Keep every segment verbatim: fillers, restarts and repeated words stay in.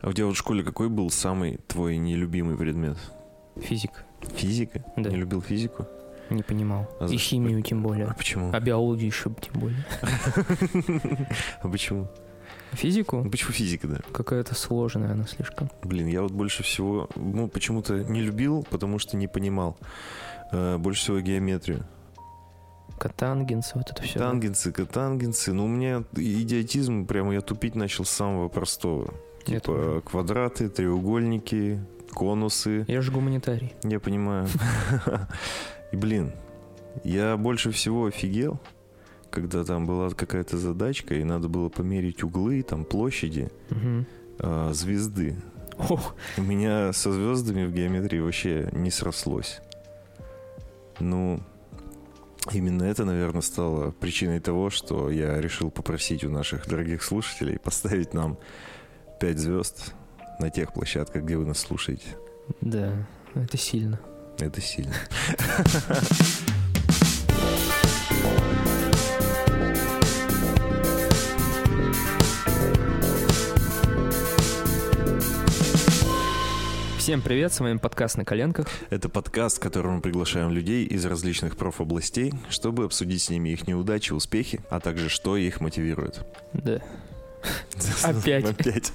А у тебя вот в школе какой был самый твой нелюбимый предмет? Физика. Физика? Да. Не любил физику? Не понимал. А И за... химию тем более. А почему? А биологию еще тем более. А почему? Физику? Почему физика, да? Какая-то сложная она слишком. Блин, я вот больше всего, ну, почему-то не любил, потому что не понимал. Э, больше всего геометрию. Котангенсы, вот это все. Тангенсы, котангенсы. Ну, у меня идиотизм, прямо я тупить начал с самого простого. Нет, Типа квадраты, треугольники, конусы. Я же гуманитарий. Я понимаю. И, блин, я больше всего офигел, когда там была какая-то задачка, и надо было померить углы, там, площади Угу. а, звезды. Ох, У меня со звездами в геометрии вообще не срослось. Ну, именно это, наверное, стало причиной того, что я решил попросить у наших дорогих слушателей поставить нам пять звезд на тех площадках, где вы нас слушаете. да, это сильно. Это сильно. Всем привет, с вами подкаст «На коленках». Это подкаст, в котором мы приглашаем людей из различных профобластей, чтобы обсудить с ними их неудачи, успехи, а также что их мотивирует. Да. Опять. Опять.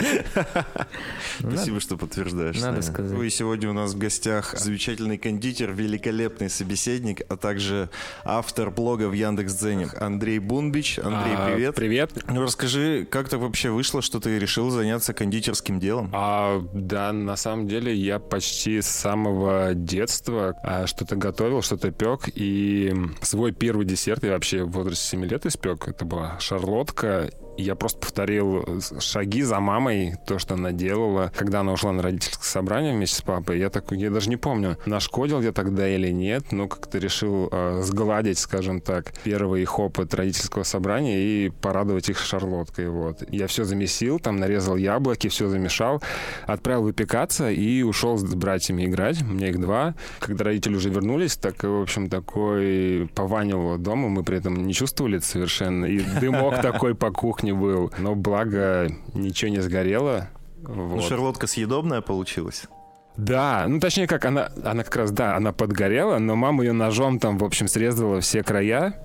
Ну, Спасибо, надо- что подтверждаешь. надо Саня. сказать. Ну и сегодня у нас в гостях замечательный кондитер, великолепный собеседник, а также автор блога в Яндекс.Дзене Андрей Бунбич. Андрей, А, привет. Привет. Ну расскажи, как так вообще вышло, что ты решил заняться кондитерским делом? А, да, на самом деле я почти с самого детства а, что-то готовил, что-то пек. И свой первый десерт я вообще в возрасте семи лет испек. Это была шарлотка. Я просто повторил шаги за мамой, то, что она делала, когда она ушла на родительское собрание вместе с папой. Я такой, я даже не помню, нашкодил я тогда или нет, но как-то решил э, сгладить, скажем так, первый их опыт родительского собрания и порадовать их шарлоткой. Вот. Я все замесил, там нарезал яблоки, все замешал, отправил выпекаться и ушел с братьями играть. У меня их два. Когда родители уже вернулись, так, в общем, такой пованивало дома, мы при этом не чувствовали это совершенно. И дымок такой по кухне был. Но благо ничего не сгорело. Ну, Вот. шарлотка съедобная получилась? Да, ну точнее как, она, она как раз, да, она подгорела, но мама ее ножом там, в общем, срезала все края,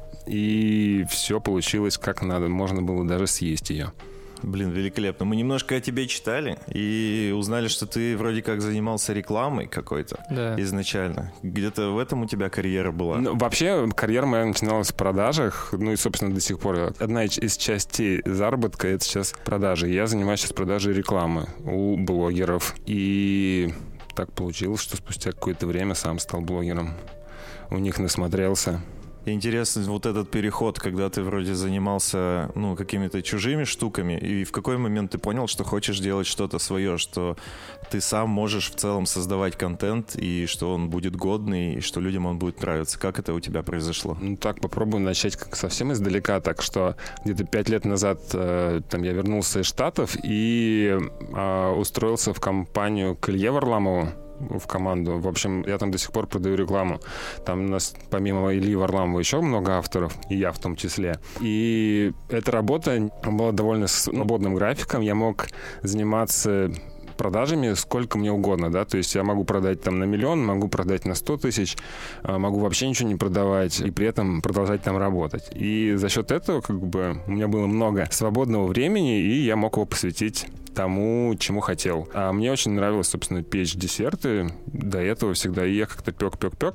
и все получилось как надо. Можно было даже съесть ее. Блин, великолепно. Мы немножко о тебе читали и узнали, что ты вроде как занимался рекламой какой-то Да. изначально. Где-то в этом у тебя карьера была. Ну, вообще, карьера моя начиналась в продажах, ну и, собственно, до сих пор. Одна из из частей заработка — это сейчас продажи. Я занимаюсь сейчас продажей рекламы у блогеров. И так получилось, что спустя какое-то время сам стал блогером. У них насмотрелся. Интересно вот этот переход, когда ты вроде занимался, ну, какими-то чужими штуками, и в какой момент ты понял, что хочешь делать что-то свое, что ты сам можешь в целом создавать контент, и что он будет годный, и что людям он будет нравиться. Как это у тебя произошло? Ну так, попробую начать как совсем издалека. Так что где-то пять лет назад э, там я вернулся из Штатов и э, устроился в компанию к Илье Варламову, в команду. В общем, я там до сих пор продаю рекламу. Там у нас помимо Ильи Варламова еще много авторов, и я в том числе. И эта работа была довольно свободным графиком. Я мог заниматься продажами сколько мне угодно, да, то есть я могу продать там на миллион, могу продать на сто тысяч, могу вообще ничего не продавать и при этом продолжать там работать. И за счет этого как бы у меня было много свободного времени, и я мог его посвятить тому, чему хотел. А мне очень нравилось, собственно, печь десерты. До этого всегда и я как-то пек-пек-пек.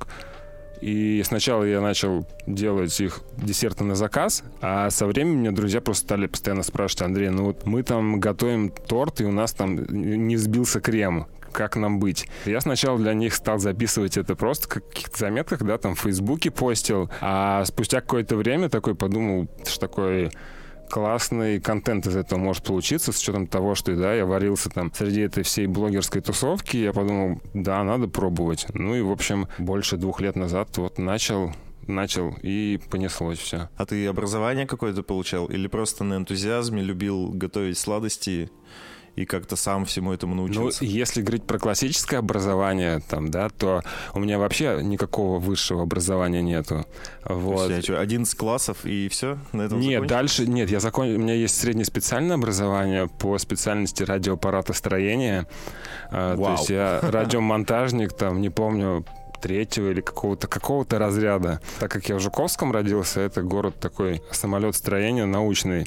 И сначала я начал делать их десерты на заказ, а со временем мне друзья просто стали постоянно спрашивать: Андрей, ну вот мы там готовим торт, и у нас там не взбился крем. Как нам быть? Я сначала для них стал записывать это просто как в каких-то заметках, да, там в Фейсбуке постил, а спустя какое-то время такой подумал, что такое... классный контент из этого может получиться, с учетом того, что, да, я варился там среди этой всей блогерской тусовки, я подумал, да, надо пробовать. Ну и, в общем, больше двух лет назад вот начал, начал и понеслось все. А ты образование какое-то получал? Или просто на энтузиазме любил готовить сладости и как-то сам всему этому научился? Ну, если говорить про классическое образование, там, да, то у меня вообще никакого высшего образования нету. Вот. То есть, что, одиннадцать классов и все? На этом Нет, закончил? дальше, нет, я закон... у меня есть среднеспециальное образование по специальности радиоаппаратостроения. А, то есть я радиомонтажник, там, не помню, третьего или какого-то какого-то разряда. Так как я в Жуковском родился, это город такой самолетостроения научный.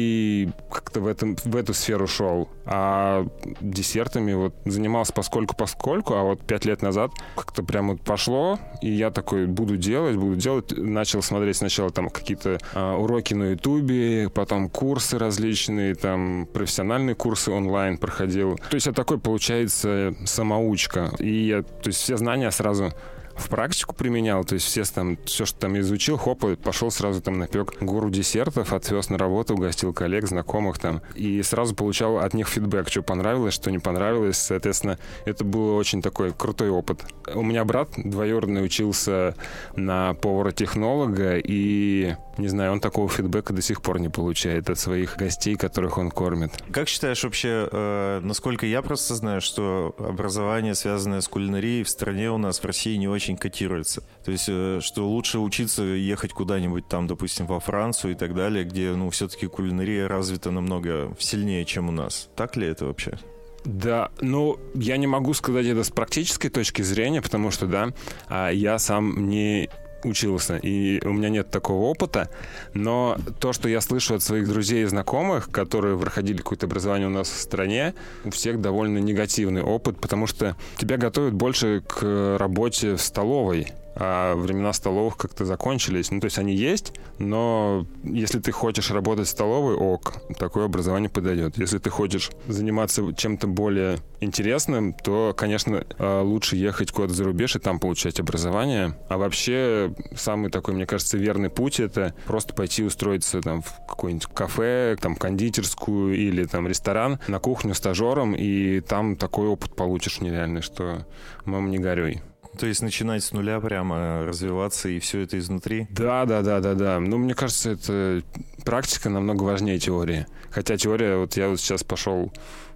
И как-то в, этом, в эту сферу шел. А десертами вот занимался поскольку-поскольку, а вот пять лет назад как-то прям вот пошло, и я такой буду делать, буду делать. Начал смотреть сначала там какие-то а, уроки на Ютубе, потом курсы различные, там профессиональные курсы онлайн проходил. То есть я такой, получается, самоучка. И я, то есть все знания сразу в практику применял, то есть все там, все, что там изучил, хоп, и пошел сразу там напек гору десертов, отвез на работу, угостил коллег, знакомых там, и сразу получал от них фидбэк, что понравилось, что не понравилось, соответственно, это был очень такой крутой опыт. У меня брат двоюродный учился на повара-технолога, и, не знаю, он такого фидбэка до сих пор не получает от своих гостей, которых он кормит. Как считаешь вообще, э, насколько я просто знаю, что образование, связанное с кулинарией, в стране у нас, в России, не очень котируется. То есть, э, что лучше учиться ехать куда-нибудь там, допустим, во Францию и так далее, где, ну, все-таки кулинария развита намного сильнее, чем у нас. Так ли это вообще? Да, ну, я не могу сказать это с практической точки зрения, потому что, да, я сам не учился, и у меня нет такого опыта, но то, что я слышу от своих друзей и знакомых, которые проходили какое-то образование у нас в стране, у всех довольно негативный опыт, потому что тебя готовят больше к работе в столовой, а времена столовых как-то закончились. Ну, то есть они есть, но если ты хочешь работать в столовой, ок, такое образование подойдет. Если ты хочешь заниматься чем-то более интересным, то, конечно, лучше ехать куда-то за рубеж и там получать образование. А вообще, самый такой, мне кажется, верный путь — это просто пойти устроиться там в какое-нибудь кафе, там, кондитерскую или там ресторан, на кухню стажером, и там такой опыт получишь нереальный, что мама, не горюй. То есть начинать с нуля прямо, развиваться и все это изнутри? Да, да, да, да, да. Ну, мне кажется, это практика намного важнее теории. Хотя теория, вот я вот сейчас пошел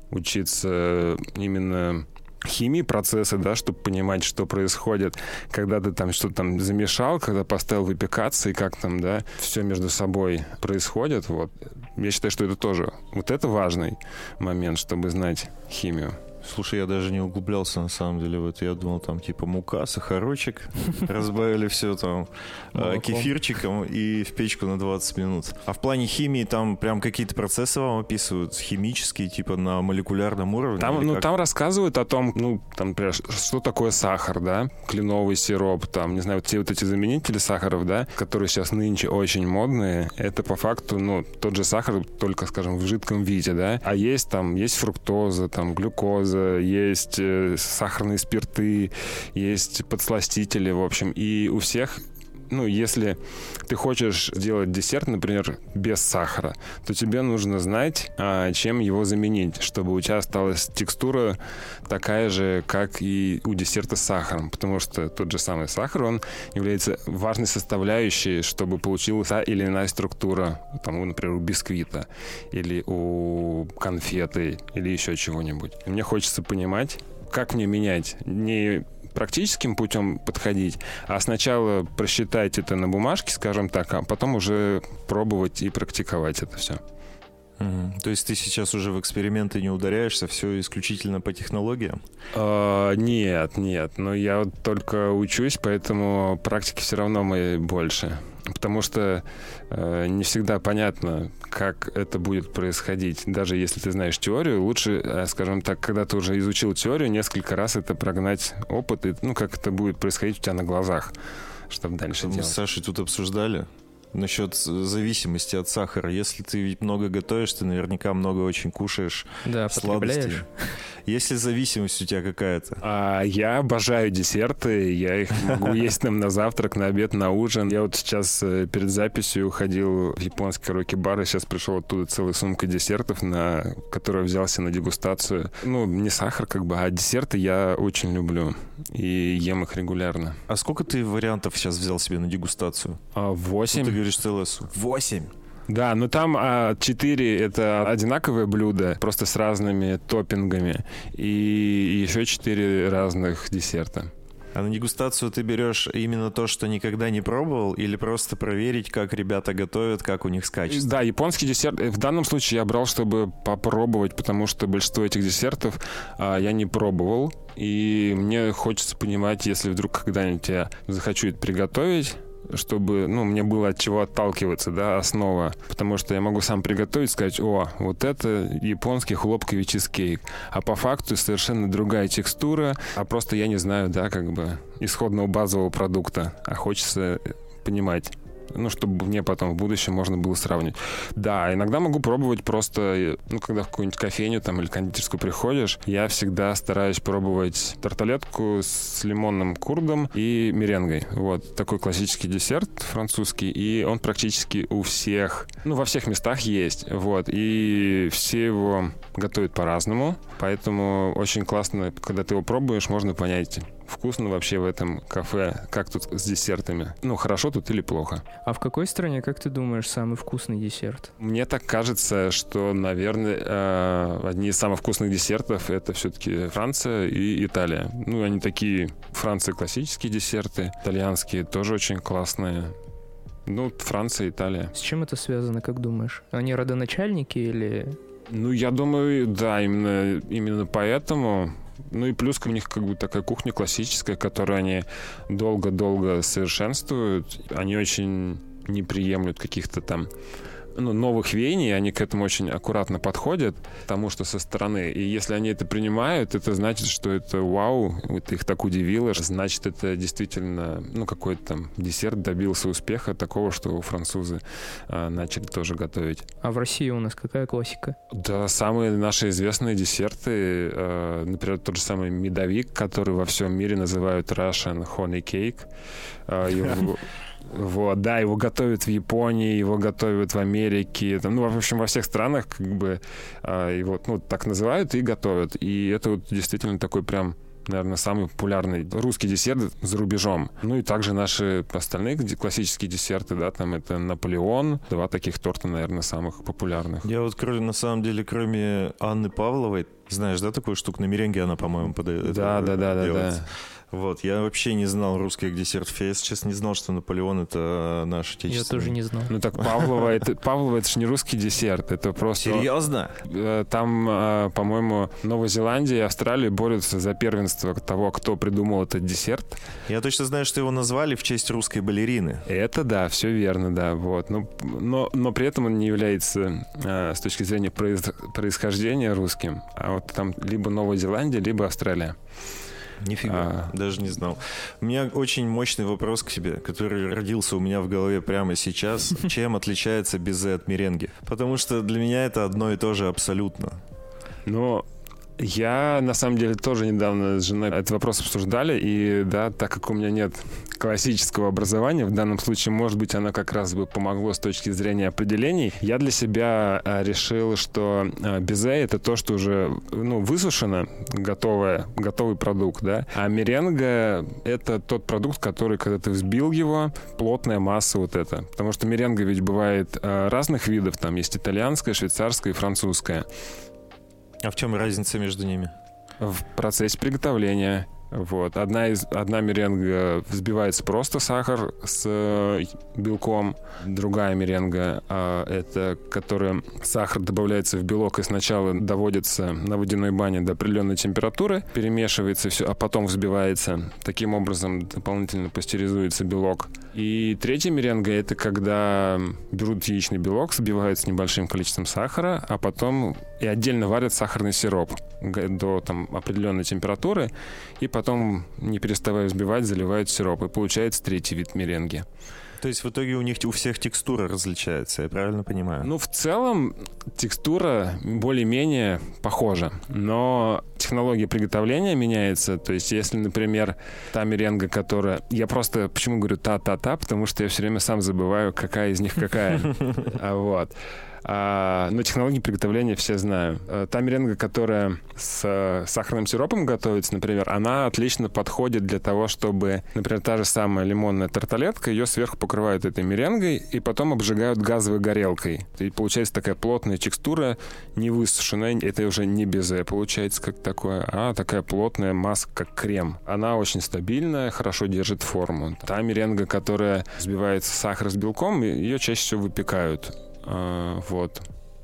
учиться именно химии процесса, да, чтобы понимать, что происходит, когда ты там что-то там замешал, когда поставил выпекаться, и как там, да, все между собой происходит, вот. Я считаю, что это тоже, вот это важный момент, чтобы знать химию. Слушай, я даже не углублялся на самом деле в это. Я думал, там типа мука, сахарочек, разбавили все там кефирчиком и в печку на двадцать минут. А в плане химии там прям какие-то процессы вам описывают, химические, типа на молекулярном уровне? Там, ну, там рассказывают о том, ну, там, например, что такое сахар, да, кленовый сироп, там, не знаю, вот те вот эти заменители сахаров, да, которые сейчас нынче очень модные, это по факту, ну, тот же сахар, только, скажем, в жидком виде, да, а есть там, есть фруктоза, там, глюкоза, есть э, сахарные спирты, есть подсластители, в общем, и у всех, ну, если ты хочешь сделать десерт, например, без сахара, то тебе нужно знать, а, чем его заменить, чтобы у тебя осталась текстура такая же, как и у десерта с сахаром, потому что тот же самый сахар, он является важной составляющей, чтобы получилась та или иная структура, там, например, у бисквита или у конфеты или еще чего-нибудь. Мне хочется понимать, как мне менять, не практическим путем подходить, а сначала просчитать это на бумажке, скажем так, а потом уже пробовать и практиковать это все. Угу. То есть ты сейчас уже в эксперименты не ударяешься, все исключительно по технологиям? А, нет, нет, но я вот только учусь, поэтому практики все равно моей больше. Потому что э, не всегда понятно, как это будет происходить. Даже если ты знаешь теорию, лучше, э, скажем так, когда ты уже изучил теорию, несколько раз это прогнать опыт, и, ну, как это будет происходить у тебя на глазах, чтобы дальше Мы делать. Мы с Сашей тут обсуждали насчет зависимости от сахара. Если ты ведь много готовишь, ты наверняка много очень кушаешь, да, сладостей. Есть ли зависимость у тебя какая-то? А, я обожаю десерты. Я их могу есть там на завтрак, на обед, на ужин. Я вот сейчас перед записью ходил в японский караоке-бар, и сейчас пришел оттуда целая сумка десертов, на которую взялся на дегустацию. Ну, не сахар как бы, а десерты я очень люблю. И ем их регулярно. А сколько ты вариантов сейчас взял себе на дегустацию? А, восемь. Ну, ты говоришь целое... Восемь? Да, но там а, четыре — это одинаковые блюда, просто с разными топпингами, и еще четыре разных десерта. А на дегустацию ты берешь именно то, что никогда не пробовал, или просто проверить, как ребята готовят, как у них с качеством? Да, японский десерт. В данном случае я брал, чтобы попробовать, потому что большинство этих десертов а, я не пробовал. И мне хочется понимать, если вдруг когда-нибудь я захочу это приготовить, чтобы, ну, мне было от чего отталкиваться, да, основа. Потому что я могу сам приготовить, сказать: о, вот это японский хлопковый чизкейк. А по факту совершенно другая текстура, а просто я не знаю, да, как бы исходного базового продукта. А хочется понимать, ну, чтобы мне потом в будущем можно было сравнить. Да, иногда могу пробовать просто, ну, когда в какую-нибудь кофейню там или кондитерскую приходишь, я всегда стараюсь пробовать тарталетку с лимонным курдом и меренгой. Вот, такой классический десерт французский, и он практически у всех, ну, во всех местах есть, вот, и все его готовят по-разному, поэтому очень классно, когда ты его пробуешь, можно понять, вкусно вообще в этом кафе, как тут с десертами. Ну, хорошо тут или плохо. А в какой стране, как ты думаешь, самый вкусный десерт? Мне так кажется, что, наверное, э, одни из самых вкусных десертов — это все-таки Франция и Италия. Ну, они такие, Франция классические десерты, итальянские тоже очень классные. Ну, Франция, Италия. С чем это связано, как думаешь? Они родоначальники или... Ну, я думаю, да, именно, именно поэтому... Ну и плюс у них как бы такая кухня классическая, которую они долго-долго совершенствуют. Они очень не приемлют каких-то там, ну, новых веяний, они к этому очень аккуратно подходят, тому, что со стороны. И если они это принимают, это значит, что это вау, это их так удивило, значит, это действительно, ну, какой-то там десерт добился успеха такого, что французы а, начали тоже готовить. А в России у нас какая классика? Да, самые наши известные десерты, э, например, тот же самый медовик, который во всем мире называют Russian honey cake. Э, его... Вот, да, его готовят в Японии, его готовят в Америке, там, ну, в общем, во всех странах как бы э, его, ну, так называют и готовят. И это вот действительно такой прям, наверное, самый популярный русский десерт за рубежом. Ну и также наши остальные классические десерты, да, там это Наполеон, два таких торта, наверное, самых популярных. Я вот, кроме, на самом деле, кроме Анны Павловой, знаешь, да, такую штуку на меренге она, по-моему, подает. Да, да, да, да, да. Вот, я вообще не знал русских десертов. Я, если честно, не знал, что Наполеон — это наш отечественный. Я тоже не знал. Ну так Павлова, это, Павлова, это же не русский десерт, это просто... Серьезно? Там, по-моему, Новая Зеландия и Австралия борются за первенство того, кто придумал этот десерт. Я точно знаю, что его назвали в честь русской балерины. Это да, все верно, да, вот. Но, но, но при этом он не является с точки зрения происхождения русским, а вот там либо Новая Зеландия, либо Австралия. Нифига, а... даже не знал. У меня очень мощный вопрос к тебе, который родился у меня в голове прямо сейчас. Чем отличается безе от меренги? Потому что для меня это одно и то же абсолютно. Ну, я, на самом деле, тоже недавно с женой этот вопрос обсуждали, и, да, так как у меня нет классического образования, в данном случае, может быть, оно как раз бы помогло с точки зрения определений, я для себя а, решил, что а, безе — это то, что уже, ну, высушено, готовое, готовый продукт, да, а меренга — это тот продукт, который, когда ты взбил его, плотная масса вот эта, потому что меренга ведь бывает а, разных видов, там есть итальянская, швейцарская и французская. А в чем разница между ними? В процессе приготовления. Вот. Одна, из, одна меренга взбивается просто сахар с белком. Другая меренга, а, это которая сахар добавляется в белок и сначала доводится на водяной бане до определенной температуры, перемешивается все, а потом взбивается. Таким образом дополнительно пастеризуется белок. И третья меренга — это когда берут яичный белок, взбивают с небольшим количеством сахара, а потом и отдельно варят сахарный сироп до там определенной температуры, и потом, не переставая взбивать, заливают сироп. И получается третий вид меренги. То есть в итоге у них у всех текстура различается, я правильно понимаю? Ну, в целом текстура более-менее похожа, но технология приготовления меняется. То есть если, например, та меренга, которая... Я просто почему говорю та-та-та, потому что я все время сам забываю, какая из них какая. Вот. А, но технологии приготовления все знаю. Та меренга, которая с сахарным сиропом готовится, например, она отлично подходит для того, чтобы, например, та же самая лимонная тарталетка, ее сверху покрывают этой меренгой и потом обжигают газовой горелкой. И получается такая плотная текстура, не высушенная. Это уже не безе получается как такое, а такая плотная масса, как крем. Она очень стабильная, хорошо держит форму. Та меренга, которая взбивается сахар с белком, ее чаще всего выпекают. А, вот.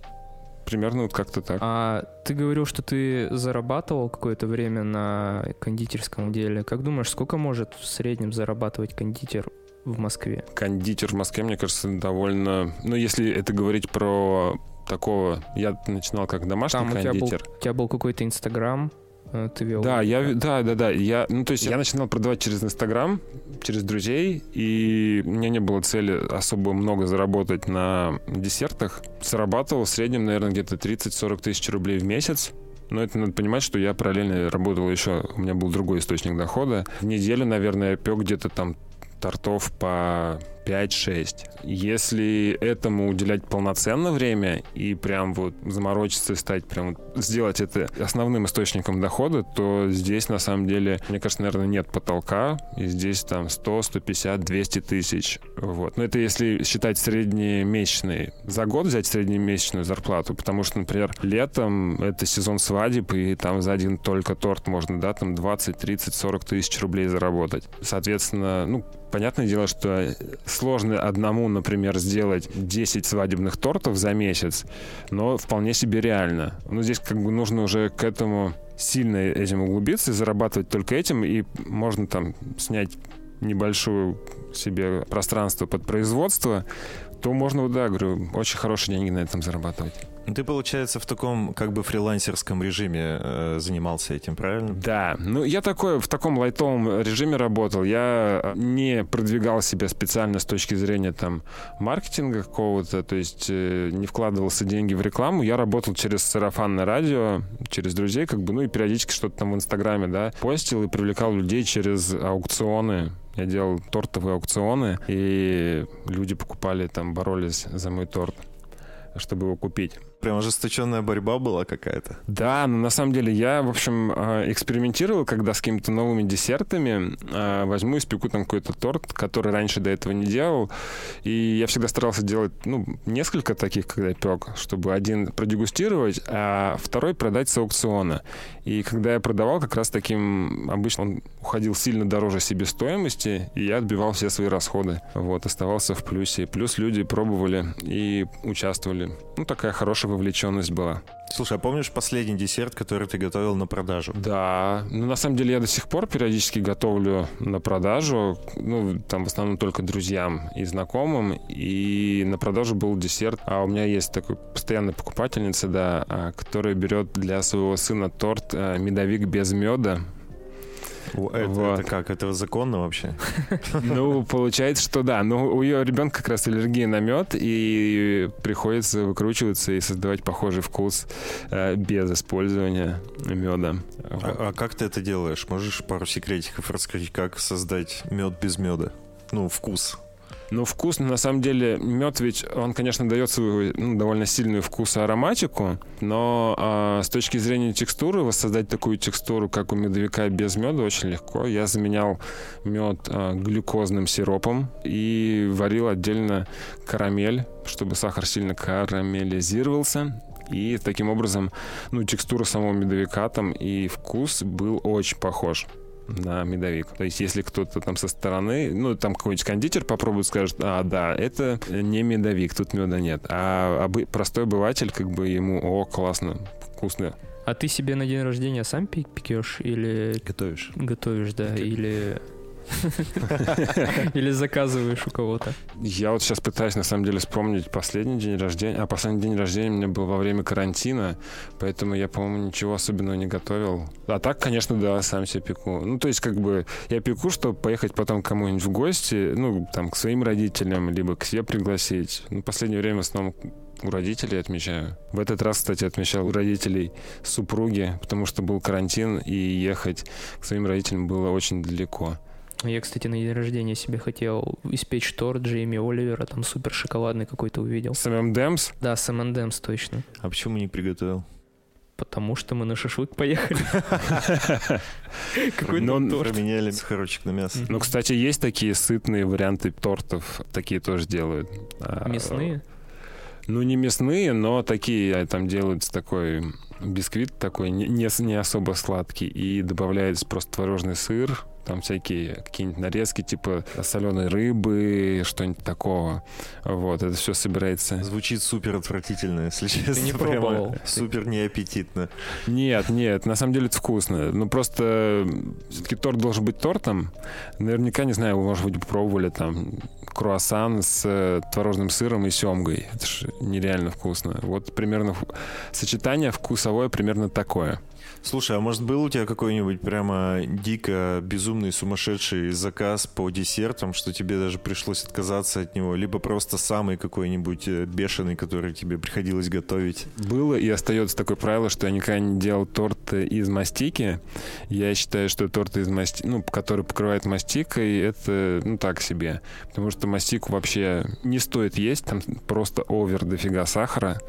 Примерно вот как-то так. А ты говорил, что ты зарабатывал какое-то время на кондитерском деле. Как думаешь, сколько может в среднем зарабатывать кондитер в Москве? Кондитер в Москве, мне кажется, довольно... Ну, если это говорить про такого... Я начинал как домашний Там кондитер. У тебя был, у тебя был какой-то Инстаграм, ты вел? Да, я, да, да, да. Я, ну, то есть я начинал продавать через Инстаграм, через друзей, и у меня не было цели особо много заработать на десертах. Зарабатывал в среднем, наверное, где-то тридцать-сорок тысяч рублей в месяц. Но это надо понимать, что я параллельно работал еще, у меня был другой источник дохода. В неделю, наверное, я пек где-то там тортов по пять-шесть. Если этому уделять полноценное время и прям вот заморочиться и стать прям вот сделать это основным источником дохода, то здесь на самом деле, мне кажется, наверное, нет потолка. И здесь там сто, сто пятьдесят, двести тысяч. Вот. Но это если считать среднемесячный. За год взять среднемесячную зарплату, потому что, например, летом это сезон свадеб, и там за один только торт можно, да, там двадцать, тридцать, сорок тысяч рублей заработать. Соответственно, ну, понятное дело, что сложно одному, например, сделать десять свадебных тортов за месяц, но вполне себе реально. Но здесь как бы нужно уже к этому сильно этим углубиться и зарабатывать только этим, и можно там снять небольшое себе пространство под производство, то можно, да, говорю, очень хорошие деньги на этом зарабатывать. Ты, получается, в таком как бы фрилансерском режиме э, занимался этим, правильно? Да. Ну, я такой, в таком лайтовом режиме работал. Я не продвигал себя специально с точки зрения там маркетинга какого-то, то есть э, не вкладывался деньги в рекламу. Я работал через сарафанное радио, через друзей, как бы, ну и периодически что-то там в Инстаграме, да, постил и привлекал людей через аукционы. Я делал тортовые аукционы, и люди покупали там, боролись за мой торт, чтобы его купить. Прям ожесточенная борьба была какая-то. Да, но на самом деле я, в общем, экспериментировал, когда с какими-то новыми десертами возьму и спеку там какой-то торт, который раньше до этого не делал. И я всегда старался делать, ну, несколько таких, когда я пек, чтобы один продегустировать, а второй продать с аукциона. И когда я продавал, как раз таким, обычно он уходил сильно дороже себестоимости, и я отбивал все свои расходы. Вот, оставался в плюсе. Плюс люди пробовали и участвовали. Ну, такая хорошая вовлеченность была. Слушай, а помнишь последний десерт, который ты готовил на продажу? Да, ну на самом деле я до сих пор периодически готовлю на продажу, ну там в основном только друзьям и знакомым, и на продажу был десерт, а у меня есть такой постоянная покупательница, да, которая берет для своего сына торт медовик без меда. Это, вот. Это как? Это законно вообще? Ну, получается, что да. Но у ее ребенка как раз аллергия на мед, и приходится выкручиваться и создавать похожий вкус э, без использования меда. Вот. А, а как ты это делаешь? Можешь пару секретиков рассказать, как создать мед без меда? Ну, вкус. Ну, вкус, на самом деле, мед ведь, он, конечно, дает свою ну, довольно сильную вкус и ароматику, но а, с точки зрения текстуры, воссоздать такую текстуру, как у медовика без меда, очень легко. Я заменял мед а, глюкозным сиропом и варил отдельно карамель, чтобы сахар сильно карамелизировался. И таким образом, ну, текстура самого медовика там и вкус был очень похож на медовик. То есть, если кто-то там со стороны, ну, там какой-нибудь кондитер попробует, скажет, а, да, это не медовик, тут меда нет. А обы- простой обыватель, как бы ему, о, классно, вкусно. А ты себе на день рождения сам пекешь или... Готовишь. Готовишь, да, или... Или заказываешь у кого-то? Я вот сейчас пытаюсь, на самом деле, вспомнить последний день рождения. А последний день рождения у меня был во время карантина, поэтому я, по-моему, ничего особенного не готовил. А так, конечно, да, сам себе пеку. Ну, то есть, как бы, я пеку, чтобы поехать потом к кому-нибудь в гости, ну, там, к своим родителям, либо к себе пригласить. Ну, в последнее время в основном у родителей отмечаю. В этот раз, кстати, отмечал у родителей супруги, потому что был карантин, и ехать к своим родителям было очень далеко. Я, кстати, на день рождения себе хотел испечь торт Джейми Оливера, там супер шоколадный какой-то увидел. С эм энд эмс? Да, с эм энд эмс, точно. А почему не приготовил? Потому что мы на шашлык поехали. Какой-то торт. Променяли сахарочек на мясо. Ну, кстати, есть такие сытные варианты тортов, такие тоже делают. Мясные? Ну, не мясные, но такие, там делается такой бисквит такой, не, не особо сладкий, и добавляется просто творожный сыр, там всякие какие-нибудь нарезки, типа соленой рыбы, что-нибудь такого. Вот, это все собирается. Звучит супер отвратительно, если честно. Ты не пробовал? Супер неаппетитно. Нет, нет, на самом деле это вкусно. Ну, просто все-таки торт должен быть тортом. Наверняка, не знаю, вы, может быть, попробовали там круассан с творожным сыром и семгой. Это же нереально вкусно. Вот примерно сочетание вкусовое примерно такое. Слушай, а может был у тебя какой-нибудь прямо дико безумный сумасшедший заказ по десертам, что тебе даже пришлось отказаться от него, либо просто самый какой-нибудь бешеный, который тебе приходилось готовить? Было и остается такое правило, что я никогда не делал торты из мастики. Я считаю, что торты из мастики, ну, которые покрывают мастикой, это, ну, так себе. Потому что мастику вообще не стоит есть, там просто овер дофига сахара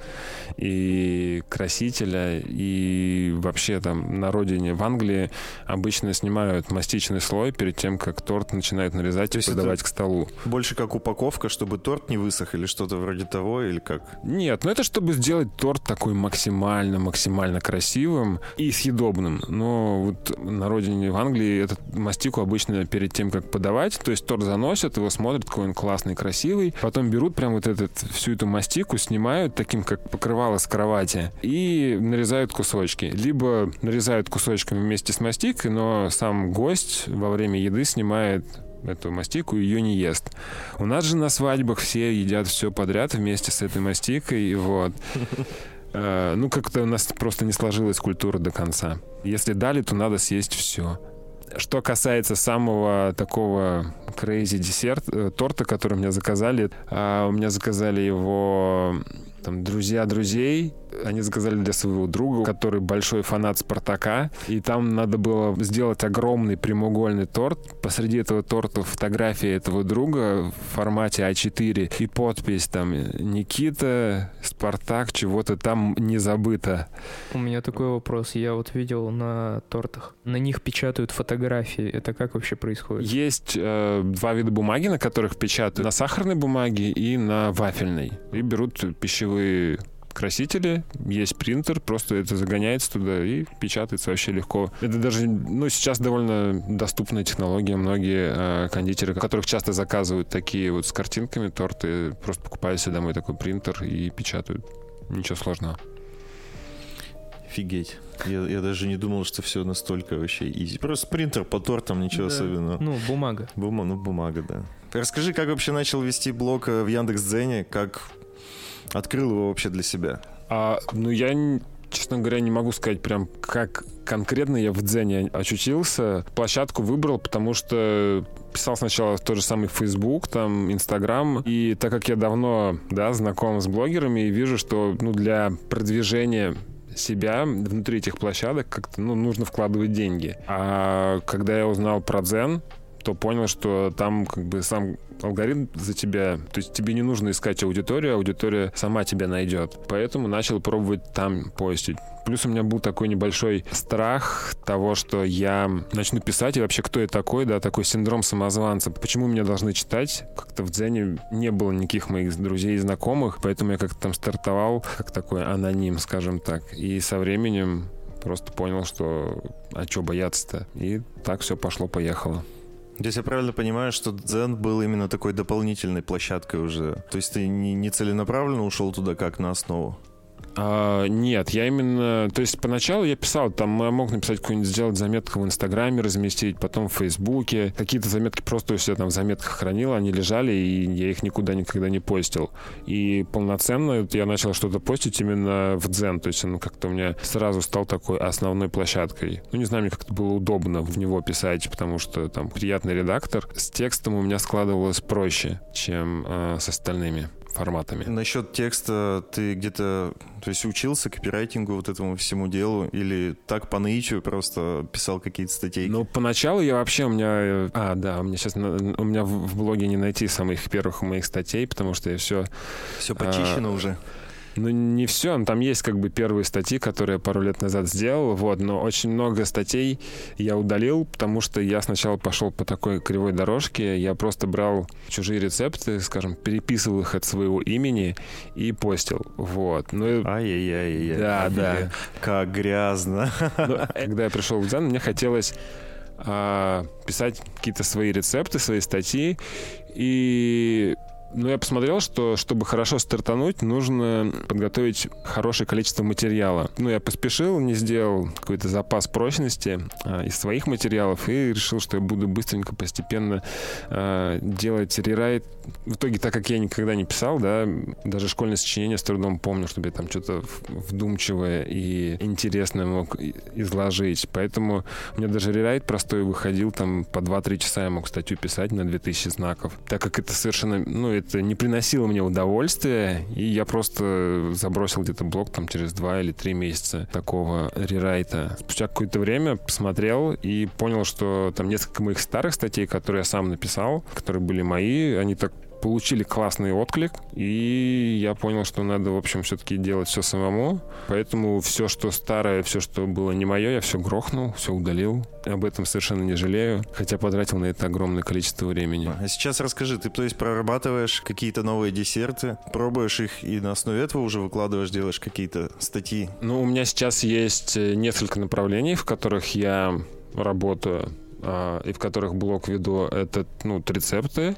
и красителя, и вообще там на родине в Англии обычно снимают мастичный слой перед тем, как торт начинают нарезать. То и подавать к столу. Больше как упаковка, чтобы торт не высох или что-то вроде того, или как? Нет, ну это чтобы сделать торт такой максимально, максимально красивым и съедобным. Но вот на родине в Англии этот мастику обычно перед тем, как подавать, то есть торт заносят, его смотрят, какой он классный, красивый, потом берут прям вот этот, всю эту мастику, снимают таким, как покрывало с кровати, и нарезают кусочки. Либо нарезают кусочками вместе с мастикой, но сам гость во время еды снимает эту мастику и ее не ест. У нас же на свадьбах все едят все подряд вместе с этой мастикой, вот. Ну, как-то у нас просто не сложилась культура до конца. Если дали, то надо съесть все. Что касается самого такого crazy десерт, торта, который меня заказали, у меня заказали его там друзья друзей. Они заказали для своего друга, который большой фанат «Спартака». И там надо было сделать огромный прямоугольный торт. Посреди этого торта фотография этого друга в формате а четыре и подпись там «Никита, Спартак, чего-то там не забыто». У меня такой вопрос. Я вот видел на тортах. На них печатают фотографии. Это как вообще происходит? Есть э, два вида бумаги, на которых печатают. На сахарной бумаге и на вафельной. И берут пищевые красители, есть принтер, просто это загоняется туда и печатается вообще легко. Это даже, ну, сейчас довольно доступная технология. Многие э, кондитеры, которых часто заказывают такие вот с картинками торты, просто покупают себе домой такой принтер и печатают. Ничего сложного. Офигеть. Я, я даже не думал, что все настолько вообще изи. Просто принтер по тортам, ничего да. особенного. Ну, бумага. Бума, ну, бумага, да. Расскажи, как вообще начал вести блог в Яндекс.Дзене, как открыл его вообще для себя? А, ну, я, честно говоря, не могу сказать прям, как конкретно я в Дзене очутился. Площадку выбрал, потому что писал сначала в тот же самый Facebook, там, Instagram. И так как я давно, да, знаком с блогерами и вижу, что, ну, для продвижения себя внутри этих площадок как-то, ну, нужно вкладывать деньги. А когда я узнал про Дзен, то понял, что там как бы сам алгоритм за тебя, то есть тебе не нужно искать аудиторию, аудитория сама тебя найдет. Поэтому начал пробовать там постить. Плюс у меня был такой небольшой страх того, что я начну писать, и вообще кто я такой, да, такой синдром самозванца. Почему меня должны читать? Как-то в Дзене не было никаких моих друзей и знакомых, поэтому я как-то там стартовал как такой аноним, скажем так. И со временем просто понял, что а что бояться-то? И так все пошло-поехало. Здесь я правильно понимаю, что Дзен был именно такой дополнительной площадкой уже? То есть ты не, не целенаправленно ушел туда как на основу? А, нет, я именно... То есть поначалу я писал, там я мог написать какую-нибудь, сделать заметку в Инстаграме, разместить, потом в Фейсбуке. Какие-то заметки просто у себя там в заметках хранил, они лежали, и я их никуда никогда не постил. И полноценно я начал что-то постить именно в Дзен. То есть он как-то у меня сразу стал такой основной площадкой. Ну, не знаю, мне как-то было удобно в него писать, потому что там приятный редактор. С текстом у меня складывалось проще, чем э, с остальными. форматами. Насчет текста ты где-то, то есть учился копирайтингу, вот этому всему делу, или так по наитию просто писал какие-то статьи? Ну, поначалу я вообще, у меня... А, да, у меня сейчас... У меня в блоге не найти самых первых моих статей, потому что я все... Все почищено а, уже? Ну, не все. Там есть как бы первые статьи, которые я пару лет назад сделал, вот, но очень много статей я удалил, потому что я сначала пошел по такой кривой дорожке, я просто брал чужие рецепты, скажем, переписывал их от своего имени и постил, вот. Ну, ай-яй-яй-яй. Да, да. Как грязно. Ну, когда я пришел в Дзен, мне хотелось а, писать какие-то свои рецепты, свои статьи, и... Ну, я посмотрел, что чтобы хорошо стартануть, нужно подготовить хорошее количество материала. Ну, я поспешил, не сделал какой-то запас прочности а, из своих материалов и решил, что я буду быстренько, постепенно а, делать рерайт. В итоге, так как я никогда не писал, да, даже школьное сочинение с трудом помню, чтобы я там что-то вдумчивое и интересное мог изложить. Поэтому у меня даже рерайт простой выходил, там по два-три часа я мог статью писать на две тысячи знаков. Так как это совершенно, ну, это не приносило мне удовольствия, и я просто забросил где-то блог там через два или три месяца такого рерайта. Спустя какое-то время посмотрел и понял, что там несколько моих старых статей, которые я сам написал, которые были мои, они так получили классный отклик, и я понял, что надо, в общем, все-таки делать все самому. Поэтому все, что старое, все, что было не мое, я все грохнул, все удалил. Об этом совершенно не жалею, хотя потратил на это огромное количество времени. А сейчас расскажи, ты, то есть, прорабатываешь какие-то новые десерты, пробуешь их и на основе этого уже выкладываешь, делаешь какие-то статьи? Ну, у меня сейчас есть несколько направлений, в которых я работаю, и в которых блог веду. Это, ну, рецепты.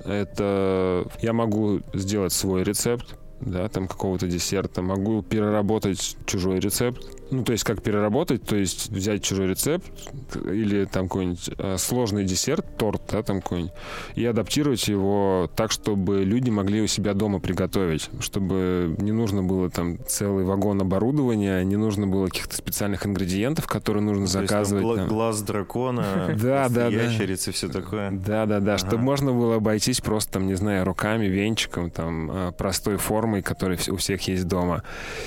Это я могу сделать свой рецепт, да, там какого-то десерта, могу переработать чужой рецепт. Ну, то есть как переработать, то есть взять чужой рецепт или там какой-нибудь э, сложный десерт, торт, да, там какой-нибудь, и адаптировать его так, чтобы люди могли у себя дома приготовить, чтобы не нужно было там целый вагон оборудования, не нужно было каких-то специальных ингредиентов, которые нужно заказывать. То есть, там, глаз дракона, да, да, ящерицы, все такое. Да, да, да, чтобы можно было обойтись просто, там, не знаю, руками, венчиком, там, простой формой, которая у всех есть дома,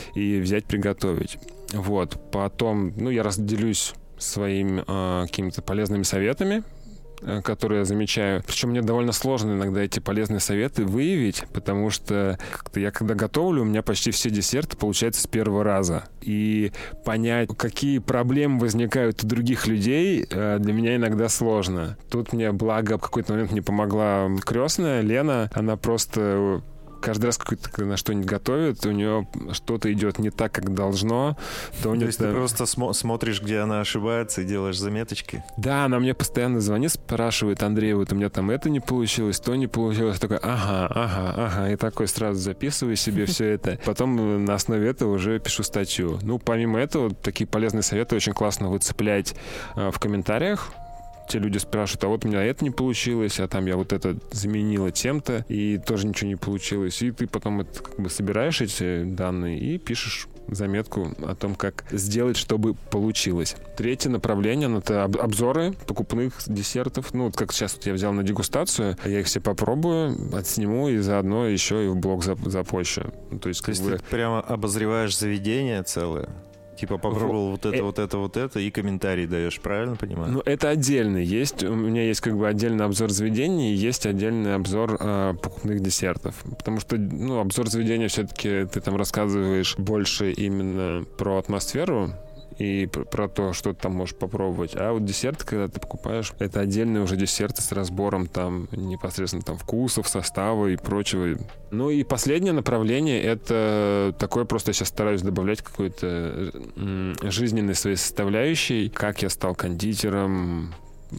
и взять, приготовить. Вот, потом, ну, я разделюсь своими э, какими-то полезными советами, э, которые я замечаю. Причем мне довольно сложно иногда эти полезные советы выявить, потому что как-то я когда готовлю, у меня почти все десерты получаются с первого раза. И понять, какие проблемы возникают у других людей, э, для меня иногда сложно. Тут мне, благо, в какой-то момент мне помогла крестная Лена. Она просто... Каждый раз, когда на что-нибудь готовит, у нее что-то идет не так, как должно. То, у нее то есть это... ты просто смо- смотришь, где она ошибается, и делаешь заметочки? Да, она мне постоянно звонит, спрашивает: Андрей, вот у меня там это не получилось, то не получилось. Я такой: ага, ага, ага. И такой сразу записываю себе все это. Потом на основе этого уже пишу статью. Ну, помимо этого, такие полезные советы очень классно выцеплять в комментариях. Те люди спрашивают: а вот у меня это не получилось, а там я вот это заменила тем-то, и тоже ничего не получилось. И ты потом это как бы собираешь эти данные и пишешь заметку о том, как сделать, чтобы получилось. Третье направление — это обзоры покупных десертов. Ну, вот как сейчас вот я взял на дегустацию, я их все попробую, отсниму и заодно еще и в блог запощу. То есть, То есть бы... ты прямо обозреваешь заведение целое? Типа попробовал вот, вот это, э... вот это, вот это, и комментарий даешь, правильно понимаю? Ну, это отдельно есть. У меня есть как бы отдельный обзор заведений, и есть отдельный обзор э, покупных десертов. Потому что, ну, обзор заведения все-таки ты там рассказываешь больше именно про атмосферу и про, про то, что ты там можешь попробовать. А вот десерт, когда ты покупаешь, это отдельные уже десерты с разбором там непосредственно там вкусов, состава и прочего. Ну и последнее направление — это такое, просто я сейчас стараюсь добавлять какой-то м- жизненной своей составляющей, как я стал кондитером,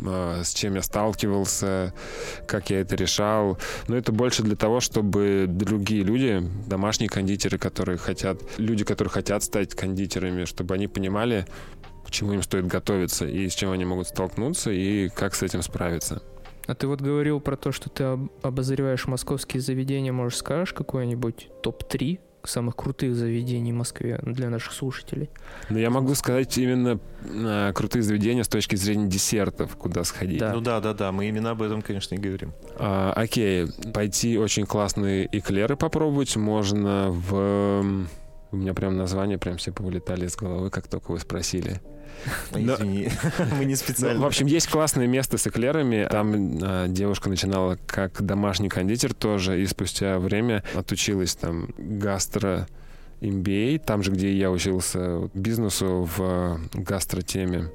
с чем я сталкивался, как я это решал. Но это больше для того, чтобы другие люди, домашние кондитеры, которые хотят, люди, которые хотят стать кондитерами, чтобы они понимали, к чему им стоит готовиться и с чем они могут столкнуться, и как с этим справиться. А ты вот говорил про то, что ты обозреваешь московские заведения. Может, скажешь какой-нибудь топ три самых крутых заведений в Москве для наших слушателей. Но я могу сказать именно а, крутые заведения с точки зрения десертов, куда сходить. Да. Ну да, да, да, мы именно об этом, конечно, и говорим. А, окей, пойти очень классные эклеры попробовать можно в... У меня прям название прям все повылетали из головы, как только вы спросили. Извини, мы не специально. Ну, в общем, есть классное место с эклерами. Там а, девушка начинала как домашний кондитер тоже, и спустя время отучилась там гастро эм би эй, там же, где я учился бизнесу в гастротеме.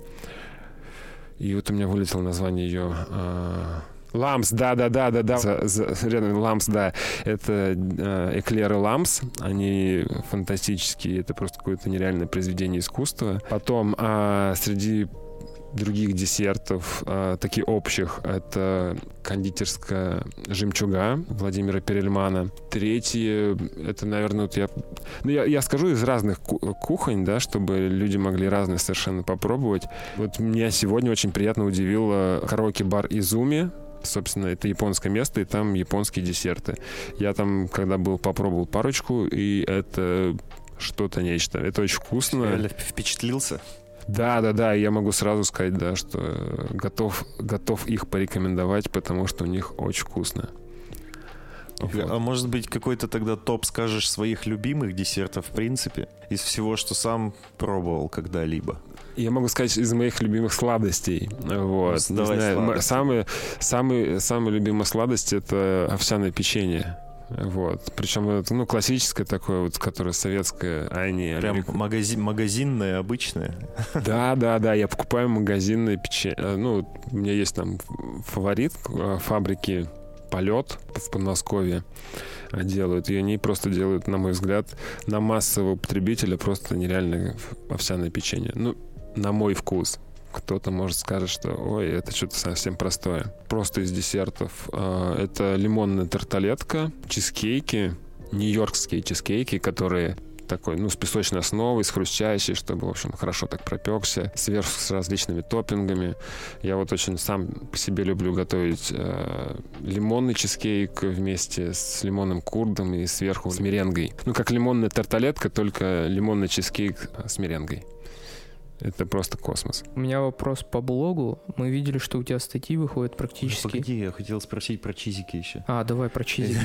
И вот у меня вылетело название ее... А... Ламс, да-да-да-да-да. Рядом Ламс, да. Это э, эклеры Ламс. Они фантастические. Это просто какое-то нереальное произведение искусства. Потом э, среди других десертов, э, таких общих, это кондитерская жемчуга Владимира Перельмана. Третье, это, наверное, вот я... Ну, я, я скажу из разных кухонь, да, чтобы люди могли разные совершенно попробовать. Вот меня сегодня очень приятно удивило караоке-бар Изуми. Собственно, это японское место, и там японские десерты. Я там, когда был, попробовал парочку, и это что-то нечто. Это очень вкусно. Реально впечатлился? Да, да, да. Я могу сразу сказать, да, что готов, готов их порекомендовать, потому что у них очень вкусно. Вот. А может быть, какой-то тогда топ скажешь своих любимых десертов, в принципе, из всего, что сам пробовал когда-либо? Я могу сказать, из моих любимых сладостей. Вот. Ну, давай сладости. Самые, самые, самые любимые сладости — это овсяное печенье. Вот. Причем это, ну, классическое такое, вот, которое советское, а не... Прям Америка... магази... магазинное, обычное? Да, да, да. Я покупаю магазинное печенье. Ну, у меня есть там фаворит фабрики «Полет» в Подмосковье. Делают. И они просто делают, на мой взгляд, на массового потребителя просто нереальное овсяное печенье. Ну, на мой вкус. Кто-то, может, скажет, что ой, это что-то совсем простое. Просто из десертов. Это лимонная тарталетка, чизкейки, нью-йоркские чизкейки, которые такой, ну, с песочной основой, с хрустящей, чтобы, в общем, хорошо так пропекся, сверху с различными топпингами. Я вот очень сам по себе люблю готовить э, лимонный чизкейк вместе с лимонным курдом и сверху с меренгой. Ну, как лимонная тарталетка, только лимонный чизкейк с меренгой. Это просто космос. У меня вопрос по блогу. Мы видели, что у тебя статьи выходят практически... Погоди, я хотел спросить про чизики еще. А, давай про чизики.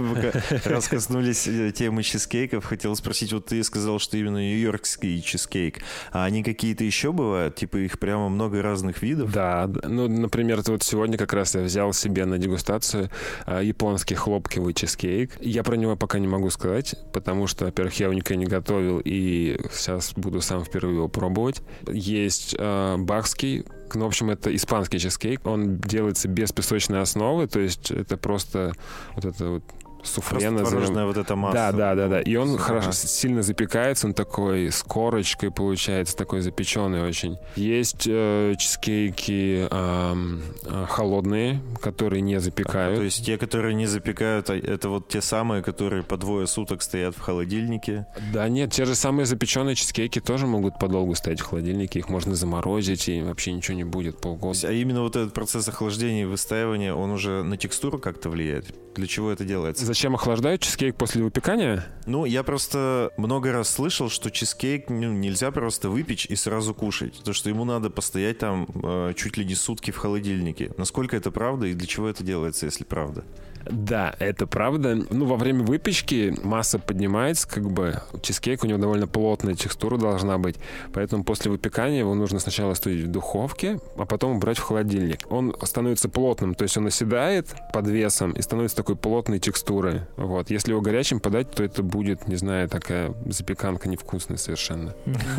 Раз коснулись темы чизкейков, хотел спросить, вот ты сказал, что именно нью-йоркский чизкейк, а они какие-то еще бывают? Типа их прямо много разных видов? Да, ну, например, вот сегодня как раз я взял себе на дегустацию японский хлопковый чизкейк. Я про него пока не могу сказать, потому что, во-первых, я его никогда не готовил, и сейчас буду сам впервые его пробовать. Есть э, бахский, ну, в общем, это испанский чизкейк. Он делается без песочной основы, то есть это просто вот это вот суфле. Творожная вот эта масса. Да, да, да, да. И он ага. хорошо, сильно запекается, он такой с корочкой получается, такой запеченный очень. Есть э, чизкейки э, э, холодные, которые не запекают. А, то есть те, которые не запекают, это вот те самые, которые по двое суток стоят в холодильнике? Да нет, те же самые запеченные чизкейки тоже могут подолгу стоять в холодильнике, их можно заморозить, и вообще ничего не будет полгода. А именно вот этот процесс охлаждения и выстаивания, он уже на текстуру как-то влияет? Для чего это делается? Зачем охлаждают чизкейк после выпекания? Ну, я просто много раз слышал, что чизкейк ну, нельзя просто выпечь и сразу кушать. То, что ему надо постоять там э, чуть ли не сутки в холодильнике. Насколько это правда и для чего это делается, если правда? Да, это правда. Ну, во время выпечки масса поднимается, как бы чизкейк, у него довольно плотная текстура должна быть, поэтому после выпекания его нужно сначала оставить в духовке, а потом убрать в холодильник. Он становится плотным, то есть он оседает под весом и становится такой плотной текстурой. Вот. Если его горячим подать, то это будет, не знаю, такая запеканка невкусная совершенно.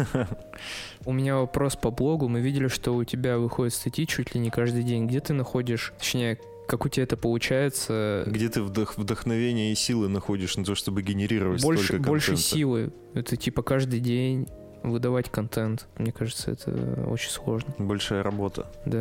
У меня вопрос по блогу. Мы видели, что у тебя выходят статьи чуть ли не каждый день. Где ты находишь, точнее, как у тебя это получается? Где ты вдох- вдохновение и силы находишь на то, чтобы генерировать больше, столько контента? Больше силы. Это типа каждый день выдавать контент. Мне кажется, это очень сложно. Большая работа. Да.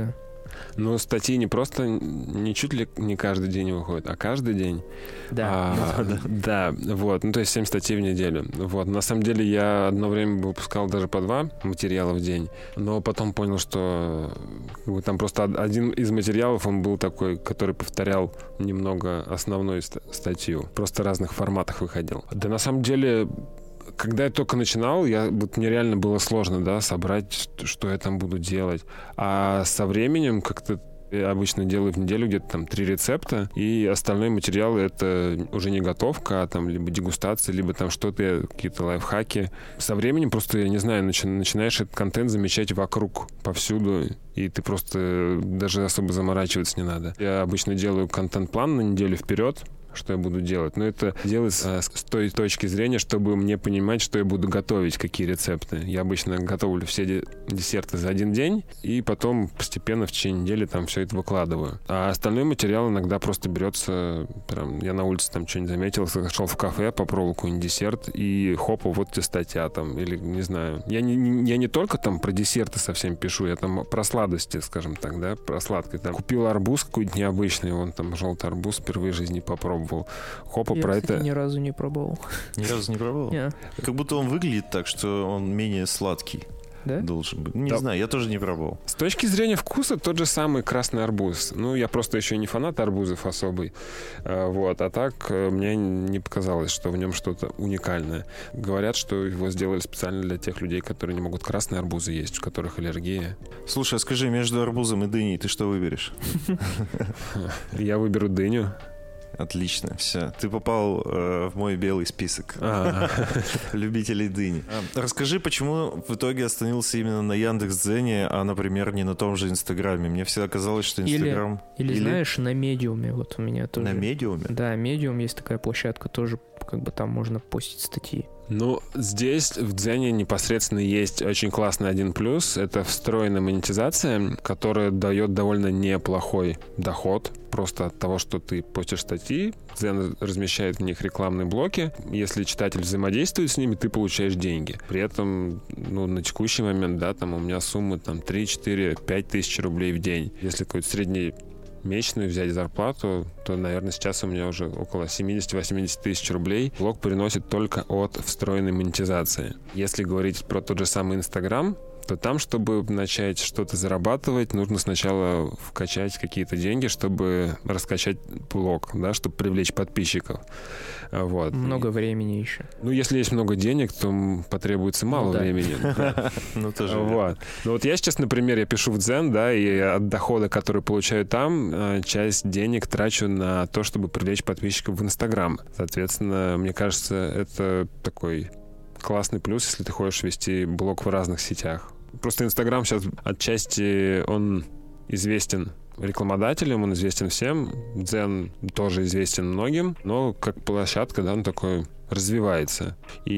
Ну, статьи не просто, не чуть ли не каждый день выходят, а каждый день. Да. А, да, да, вот. Ну, то есть семь статей в неделю. Вот. На самом деле я одно время выпускал даже по два материала в день, но потом понял, что как бы, там просто один из материалов, он был такой, который повторял немного основную статью. Просто в разных форматах выходил. Да, на самом деле... Когда я только начинал, я, вот мне реально было сложно, да, собрать, что я там буду делать. А со временем как-то я обычно делаю в неделю где-то там три рецепта, и остальной материал — это уже не готовка, а там либо дегустация, либо там что-то, какие-то лайфхаки. Со временем просто, я не знаю, начи- начинаешь этот контент замечать вокруг, повсюду, и ты просто даже особо заморачиваться не надо. Я обычно делаю контент-план на неделю вперед, что я буду делать. Но это делается с той точки зрения, чтобы мне понимать, что я буду готовить, какие рецепты. Я обычно готовлю все десерты за один день, и потом постепенно в течение недели там все это выкладываю. А остальной материал иногда просто берется, прям, я на улице там что-нибудь заметил, зашел в кафе, попробовал какой-нибудь десерт, и хопа, вот тебе статья там, или не знаю. Я не, я не только там про десерты совсем пишу, я там про сладости, скажем так, да, про сладкое. Там купил арбуз какой-то необычный, он там желтый арбуз впервые в жизни попробовал. Хопа, я, про кстати, это... ни разу не пробовал. Ни разу не пробовал? Yeah. Как будто он выглядит так, что он менее сладкий. Да? Должен быть. Не да. знаю, я тоже не пробовал. С точки зрения вкуса тот же самый красный арбуз. Ну, я просто еще не фанат арбузов особый. Вот. А так мне не показалось, что в нем что-то уникальное. Говорят, что его сделали специально для тех людей, которые не могут красные арбузы есть, у которых аллергия. Слушай, а скажи, между арбузом и дыней ты что выберешь? Я выберу дыню. Отлично, все. Ты попал э, в мой белый список любителей дыни. Расскажи, почему в итоге остановился именно на Яндекс.Дзене, а, например, не на том же Инстаграме? Мне всегда казалось, что Инстаграм... Или, или, или знаешь, на Медиуме. Вот у меня тоже... На Медиуме? Да, Медиум есть такая площадка, тоже как бы там можно постить статьи. Ну, здесь в Дзене непосредственно есть очень классный один плюс. Это встроенная монетизация, которая дает довольно неплохой доход. Просто от того, что ты постишь статьи, Дзен размещает в них рекламные блоки. Если читатель взаимодействует с ними, ты получаешь деньги. При этом, ну, на текущий момент, да, там у меня сумма там три, четыре, пять тысяч рублей в день. Если какой-то средний месячную взять зарплату, то, наверное, сейчас у меня уже около семьдесят-восемьдесят тысяч рублей. Блог приносит только от встроенной монетизации. Если говорить про тот же самый Инстаграм, то там, чтобы начать что-то зарабатывать, нужно сначала вкачать какие-то деньги, чтобы раскачать блог, да, чтобы привлечь подписчиков. Вот. Много времени еще. Ну, если есть много денег, то потребуется мало ну, да. времени. Ну, тоже. Вот. Ну, вот я сейчас, например, я пишу в Дзен, да, и от дохода, который получаю там, часть денег трачу на то, чтобы привлечь подписчиков в Инстаграм. Соответственно, мне кажется, это такой классный плюс, если ты хочешь вести блог в разных сетях. Просто Инстаграм сейчас отчасти он известен рекламодателям, он известен всем. Дзен тоже известен многим, но как площадка, да, он такой развивается.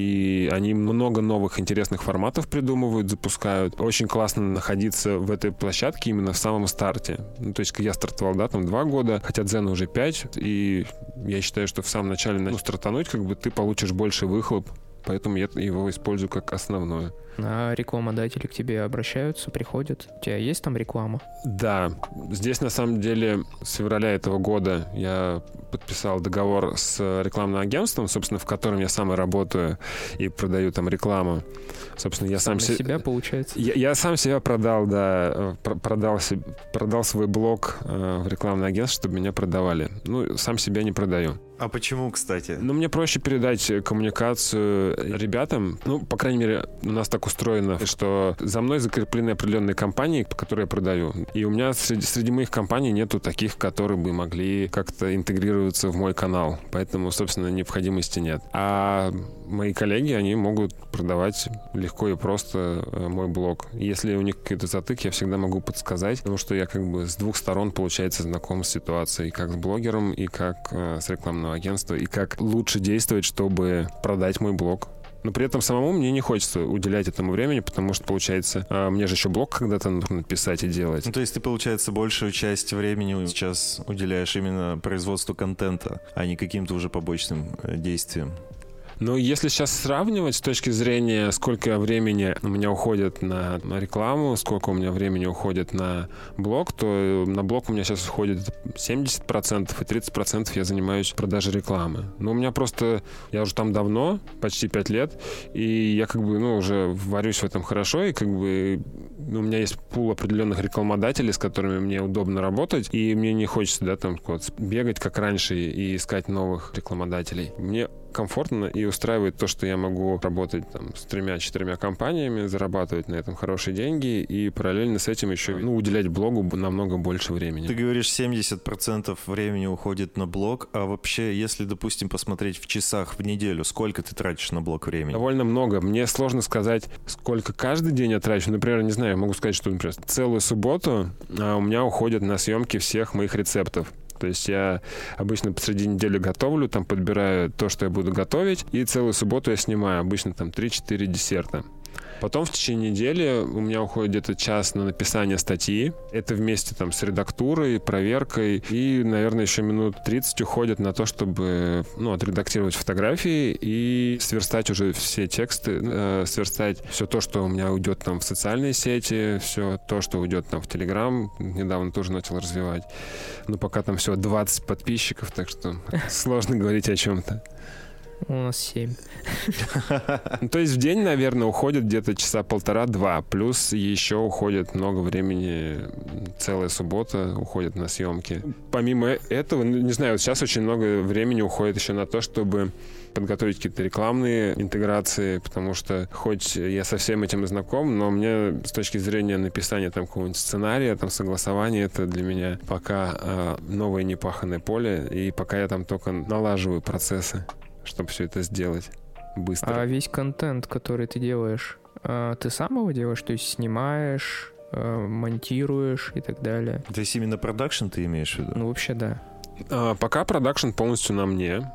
И они много новых интересных форматов придумывают, запускают. Очень классно находиться в этой площадке именно в самом старте. Ну, то есть, я стартовал, да, там два года, хотя Дзену уже пять, и я считаю, что в самом начале, ну, стартануть, как бы ты получишь больше выхлоп, поэтому я его использую как основное. А рекламодатели к тебе обращаются, приходят? У тебя есть там реклама? Да. Здесь, на самом деле, с февраля этого года я подписал договор с рекламным агентством, собственно, в котором я сам и работаю и продаю там рекламу. Собственно, я сам... Сам се... себя, получается? Я, я сам себя продал, да. Продал, продал свой блог в рекламное агентство, чтобы меня продавали. Ну, сам себя не продаю. А почему, кстати? Ну, мне проще передать коммуникацию ребятам. Ну, по крайней мере, у нас так устроено, что за мной закреплены определенные компании, по которые я продаю. И у меня среди, среди моих компаний нету таких, которые бы могли как-то интегрироваться в мой канал. Поэтому, собственно, необходимости нет. А мои коллеги, они могут продавать легко и просто мой блог. Если у них какой-то затык, я всегда могу подсказать, потому что я как бы с двух сторон, получается, знаком с ситуацией, как с блогером и как э, с рекламным агентством, и как лучше действовать, чтобы продать мой блог. Но при этом самому мне не хочется уделять этому времени, потому что, получается, мне же еще блог когда-то нужно писать и делать. Ну, то есть ты, получается, большую часть времени сейчас уделяешь именно производству контента, а не каким-то уже побочным действиям. Но если сейчас сравнивать с точки зрения, сколько времени у меня уходит на рекламу, сколько у меня времени уходит на блог, то на блог у меня сейчас уходит семьдесят процентов, и тридцать процентов я занимаюсь продажей рекламы. Но у меня просто... Я уже там давно, почти пять лет, и я как бы, ну, уже варюсь в этом хорошо, и как бы у меня есть пул определенных рекламодателей, с которыми мне удобно работать, и мне не хочется, да, там вот, бегать как раньше и искать новых рекламодателей. Мне комфортно и устраивает то, что я могу работать там с тремя-четырьмя компаниями, зарабатывать на этом хорошие деньги и параллельно с этим еще, ну, уделять блогу намного больше времени. Ты говоришь, семьдесят процентов времени уходит на блог, а вообще, если, допустим, посмотреть в часах в неделю, сколько ты тратишь на блог времени? Довольно много. Мне сложно сказать, сколько каждый день я трачу. Например, не знаю, могу сказать, что, например, целую субботу а у меня уходит на съемки всех моих рецептов. То есть я обычно посреди недели готовлю, там подбираю то, что я буду готовить, и целую субботу я снимаю обычно там три-четыре десерта. Потом в течение недели у меня уходит где-то час на написание статьи. Это вместе там с редактурой, проверкой. И, наверное, еще минут тридцать уходит на то, чтобы, ну, отредактировать фотографии и сверстать уже все тексты, э, сверстать все то, что у меня уйдет там в социальные сети, все то, что уйдет там в Телеграм. Недавно тоже начал развивать. Но пока там всего двадцать подписчиков, так что сложно говорить о чем-то. У нас семь. Ну, то есть в день, наверное, уходит где-то часа полтора-два. Плюс еще уходит много времени, целая суббота уходит на съемки. Помимо этого, не знаю, вот сейчас очень много времени уходит еще на то, чтобы подготовить какие-то рекламные интеграции, потому что хоть я со всем этим и знаком, но мне с точки зрения написания там какого-нибудь сценария, там согласования, это для меня пока э, новое непаханное поле, и пока я там только налаживаю процессы, чтобы все это сделать быстро. А весь контент, который ты делаешь, ты сам его делаешь? То есть снимаешь, монтируешь и так далее? То есть именно продакшн ты имеешь в виду? Ну, вообще, да. А, пока продакшн полностью на мне.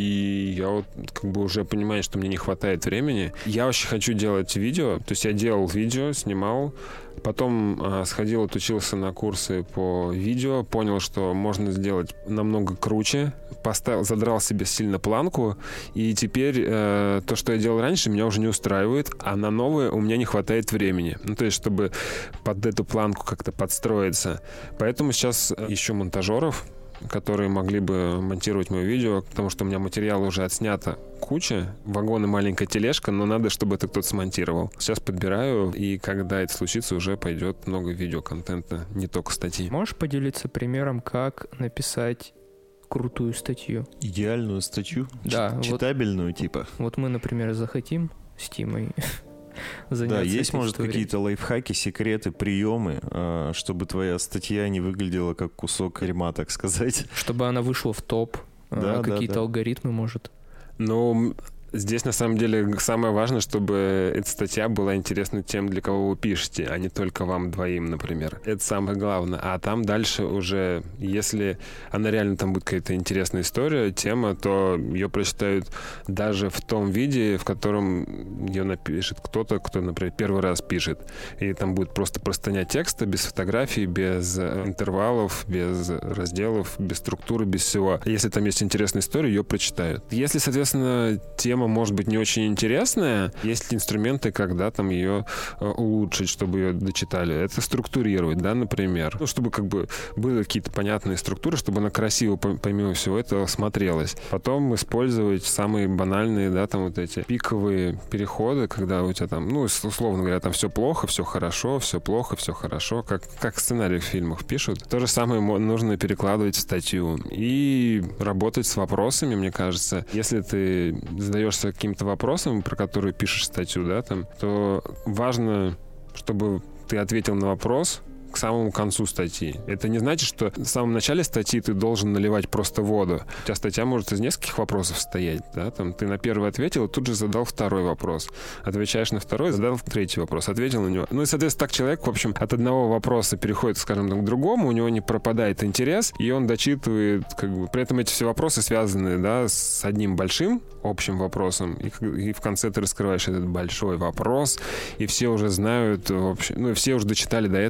И я вот как бы уже понимаю, что мне не хватает времени. Я очень хочу делать видео. То есть я делал видео, снимал. Потом э, сходил, отучился на курсы по видео. Понял, что можно сделать намного круче. Поставил, задрал себе сильно планку. И теперь э, то, что я делал раньше, меня уже не устраивает. А на новое у меня не хватает времени. Ну, то есть, чтобы под эту планку как-то подстроиться. Поэтому сейчас ищу монтажеров, которые могли бы монтировать мое видео, потому что у меня материала уже отснято куча, вагон и маленькая тележка, но надо, чтобы это кто-то смонтировал. Сейчас подбираю, и когда это случится, уже пойдет много видеоконтента, не только статьи. Можешь поделиться примером, как написать крутую статью? Идеальную статью? Да. Ч- читабельную, вот, типа? Вот мы, например, захотим с Тимой заняться. Да, есть, может, историей. какие-то лайфхаки, секреты, приемы, чтобы твоя статья не выглядела как кусок дерьма, так сказать. Чтобы она вышла в топ. Да, какие-то да, да. алгоритмы, может. Ну, здесь на самом деле самое важное, чтобы эта статья была интересна тем, для кого вы пишете, а не только вам двоим, например. Это самое главное. А там дальше уже, если она реально там будет какая-то интересная история, тема, то ее прочитают даже в том виде, в котором ее напишет кто-то, кто, например, первый раз пишет. И там будет просто простыня текста, без фотографий, без интервалов, без разделов, без структуры, без всего. Если там есть интересная история, ее прочитают. Если, соответственно, тема может быть не очень интересная, есть инструменты, когда там ее э, улучшить, чтобы ее дочитали. Это структурировать, да, например. Ну, чтобы как бы были какие-то понятные структуры, чтобы она красиво, помимо всего этого, смотрелась. Потом использовать самые банальные, да, там вот эти пиковые переходы, когда у тебя там, ну, условно говоря, там все плохо, все хорошо, все плохо, все хорошо, как, как сценарий в фильмах пишут. То же самое нужно перекладывать в статью. И работать с вопросами, мне кажется. Если ты задаешься каким-то вопросом, про который пишешь статью, да, там, то важно, чтобы ты ответил на вопрос к самому концу статьи. Это не значит, что в самом начале статьи ты должен наливать просто воду. У тебя статья может из нескольких вопросов состоять, да, там ты на первый ответил, и тут же задал второй вопрос. Отвечаешь на второй, задал третий вопрос, ответил на него. Ну и, соответственно, так человек, в общем, от одного вопроса переходит, скажем так, к другому, у него не пропадает интерес, и он дочитывает, как бы, при этом эти все вопросы связаны, да, с одним большим общим вопросом, и, и в конце ты раскрываешь этот большой вопрос, и все уже знают, в общем, ну, все уже дочитали до этого, у всех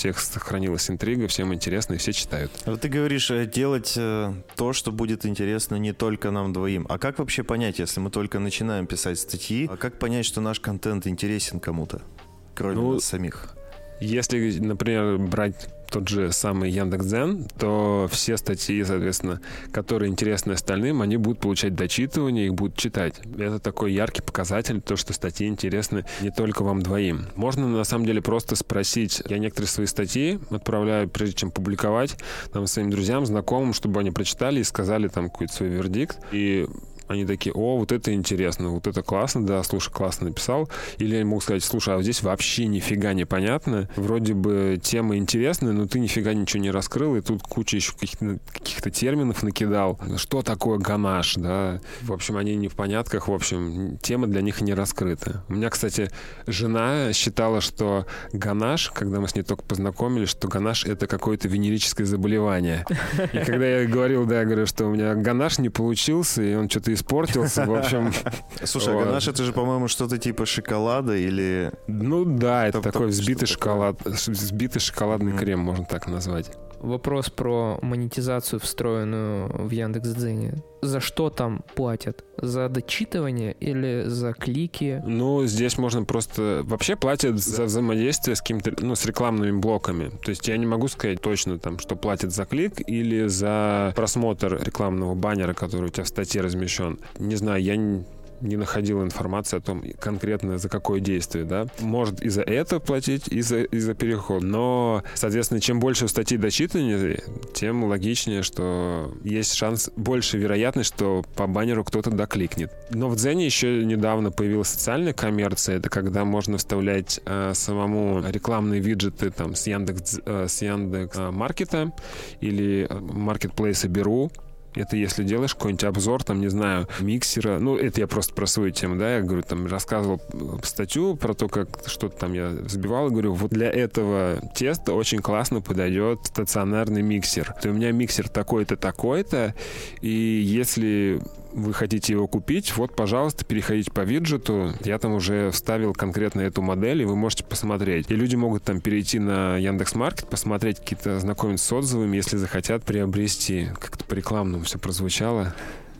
всех сохранилась интрига, всем интересно и все читают. Вот ты говоришь делать то, что будет интересно не только нам двоим. А как вообще понять, если мы только начинаем писать статьи, а как понять, что наш контент интересен кому-то, кроме ну, нас самих? Если, например, брать тот же самый Яндекс.Дзен, то все статьи, соответственно, которые интересны остальным, они будут получать дочитывание, их будут читать. Это такой яркий показатель, то, что статьи интересны не только вам двоим. Можно, на самом деле, просто спросить. Я некоторые свои статьи отправляю, прежде чем публиковать, там, своим друзьям, знакомым, чтобы они прочитали и сказали там какой-то свой вердикт. И они такие: о, вот это интересно, вот это классно, да, слушай, классно написал. Или они могут сказать: слушай, а здесь вообще нифига не понятно. Вроде бы тема интересная, но ты нифига ничего не раскрыл, и тут куча еще каких-то, каких-то терминов накидал. Что такое ганаш, да? В общем, они не в понятках, в общем, тема для них не раскрыта. У меня, кстати, жена считала, что ганаш, когда мы с ней только познакомились, что ганаш — это какое-то венерическое заболевание. И когда я говорил, да, я говорю, что у меня ганаш не получился, и он что-то испортился, в общем. Слушай, вот. А ганаш — это же, по-моему, что-то типа шоколада или... Ну да, это Топ- такой взбитый шоколад, взбитый шоколадный mm-hmm. крем, можно так назвать. Вопрос про монетизацию, встроенную в Яндекс.Дзене. За что там платят? За дочитывание или за клики? Ну, здесь можно просто... Вообще платят за взаимодействие с какими-то, ну, с рекламными блоками. То есть я не могу сказать точно, там, что платят за клик или за просмотр рекламного баннера, который у тебя в статье размещен. Не знаю, я не... не находил информации о том, конкретно за какое действие, да. Может и за это платить, и за, и за переход. Но, соответственно, чем больше у статьи дочитывания, тем логичнее, что есть шанс, больше вероятность, что по баннеру кто-то докликнет. Но в Дзене еще недавно появилась социальная коммерция. Это когда можно вставлять э, самому рекламные виджеты там, с Яндекс, э, с Яндекс.Маркета или маркетплейса Беру. Это если делаешь какой-нибудь обзор, там, не знаю, миксера. Ну, это я просто про свою тему, да, я говорю, там, рассказывал статью про то, как что-то там я взбивал, и говорю, вот для этого теста очень классно подойдет стационарный миксер. То у меня миксер такой-то, такой-то, и если вы хотите его купить, вот, пожалуйста, переходите по виджету. Я там уже вставил конкретно эту модель, и вы можете посмотреть. И люди могут там перейти на Яндекс.Маркет, посмотреть какие-то, знакомиться с отзывами, если захотят приобрести. Как-то по-рекламному все прозвучало.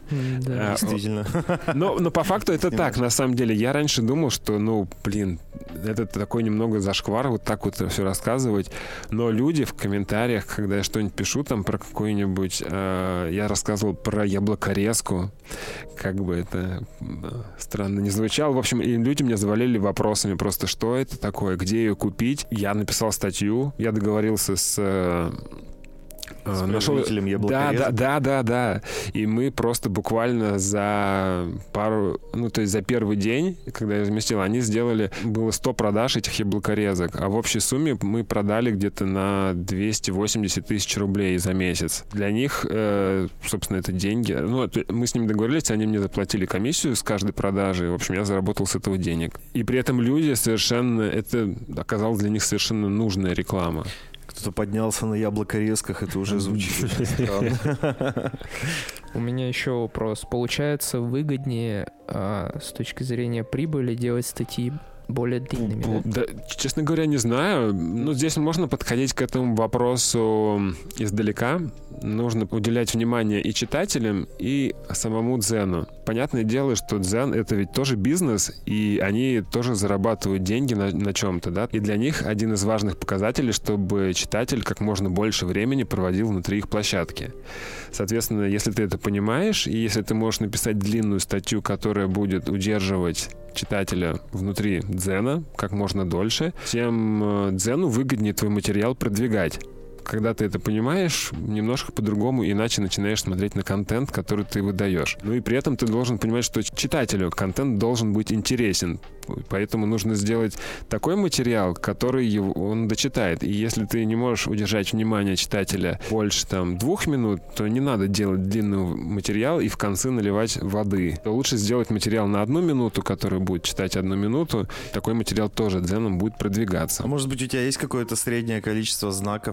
Да, а, действительно. Но, но по факту это так, на самом деле. Я раньше думал, что, ну, блин, это такой немного зашквар, вот так вот все рассказывать. Но люди в комментариях, когда я что-нибудь пишу там про какой-нибудь... Э, я рассказывал про яблокорезку. Как бы это странно не звучало. В общем, и люди меня завалили вопросами просто, что это такое, где ее купить. Я написал статью, я договорился с... С производителем яблокорезки. Да, да, да, да, да. И мы просто буквально за пару, ну, то есть за первый день, когда я разместил, они сделали, было сто продаж этих яблокорезок, а в общей сумме мы продали где-то на двести восемьдесят тысяч рублей за месяц. Для них, э, собственно, это деньги. Ну, мы с ними договорились, они мне заплатили комиссию с каждой продажи, в общем, я заработал с этого денег. И при этом люди совершенно, это оказалось для них совершенно нужная реклама. Кто-то поднялся на яблокорезках, это уже звучит странно. У меня еще вопрос. Получается, выгоднее а, с точки зрения прибыли делать статьи более длинными, да? Да, честно говоря, не знаю. Ну, здесь можно подходить к этому вопросу издалека. Нужно уделять внимание и читателям, и самому Дзену. Понятное дело, что Дзен — это ведь тоже бизнес, и они тоже зарабатывают деньги на, на чем-то, да? И для них один из важных показателей, чтобы читатель как можно больше времени проводил внутри их площадки. Соответственно, если ты это понимаешь, и если ты можешь написать длинную статью, которая будет удерживать читателя внутри Дзена как можно дольше, тем Дзену выгоднее твой материал продвигать. Когда ты это понимаешь, немножко по-другому, иначе начинаешь смотреть на контент, который ты выдаешь. Ну и при этом ты должен понимать, что читателю контент должен быть интересен. Поэтому нужно сделать такой материал, который его, он дочитает. И если ты не можешь удержать внимание читателя больше там двух минут, то не надо делать длинный материал и в конце наливать воды. То лучше сделать материал на одну минуту, который будет читать одну минуту. Такой материал тоже Дзеном будет продвигаться. А может быть, у тебя есть какое-то среднее количество знаков,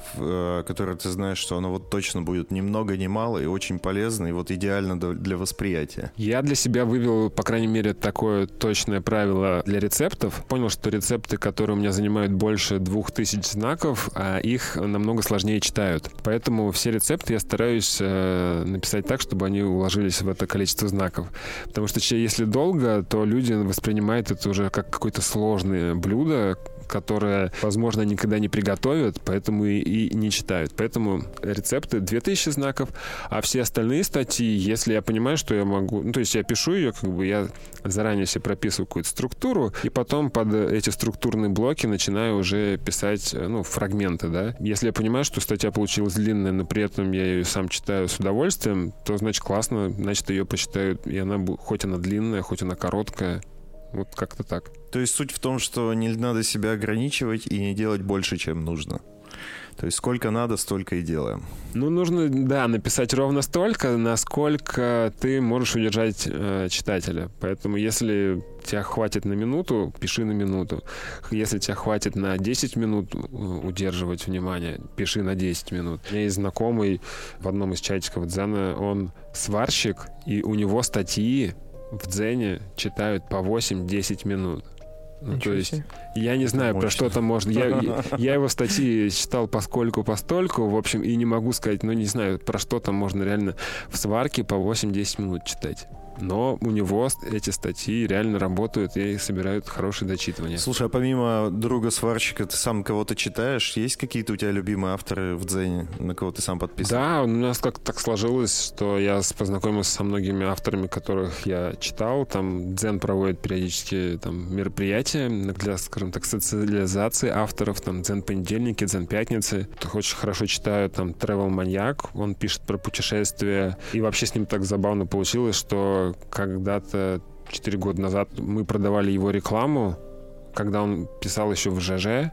которое ты знаешь, что оно вот точно будет ни много ни мало и очень полезно, и вот идеально для восприятия? Я для себя вывел, по крайней мере, такое точное правило для рецептов. Понял, что рецепты, которые у меня занимают больше двух тысяч знаков, а их намного сложнее читают. Поэтому все рецепты я стараюсь э, написать так, чтобы они уложились в это количество знаков. Потому что если долго, то люди воспринимают это уже как какое-то сложное блюдо, которое, возможно, никогда не приготовят, поэтому и, и не читают. Поэтому рецепты две тысячи знаков, а все остальные статьи, если я понимаю, что я могу... Ну, то есть я пишу ее, как бы я заранее себе прописываю какую-то структуру, и потом под эти структурные блоки начинаю уже писать, ну, фрагменты, да. Если я понимаю, что статья получилась длинная, но при этом я ее сам читаю с удовольствием, то, значит, классно, значит, ее почитают, и она, хоть она длинная, хоть она короткая, вот как-то так. То есть суть в том, что не надо себя ограничивать и не делать больше, чем нужно. То есть сколько надо, столько и делаем. Ну, нужно, да, написать ровно столько, насколько ты можешь удержать э, читателя. Поэтому если тебя хватит на минуту, пиши на минуту. Если тебя хватит на десять минут удерживать внимание, пиши на десять минут. У меня есть знакомый в одном из чатиков Дзена, он сварщик, и у него статьи в Дзене читают по восемь-десять минут. Ну, то есть, я не знаю, про что там можно. Я, я, я его статьи читал поскольку-постольку, в общем, и не могу сказать, ну, не знаю, про что там можно реально в сварке по восемь-десять минут читать. Но у него эти статьи реально работают и собирают хорошее дочитывание. Слушай, а помимо друга-сварщика, ты сам кого-то читаешь? Есть какие-то у тебя любимые авторы в Дзене, на кого ты сам подписан? Да, у нас как-то так сложилось, что я познакомился со многими авторами, которых я читал. Там Дзен проводит периодически там мероприятия для, скажем так, социализации авторов. Там Дзен-понедельники, Дзен-пятницы. Очень хорошо читаю там Travel Maniac. Он пишет про путешествия. И вообще с ним так забавно получилось, что когда-то четыре года назад мы продавали его рекламу, когда он писал еще в ЖЖ,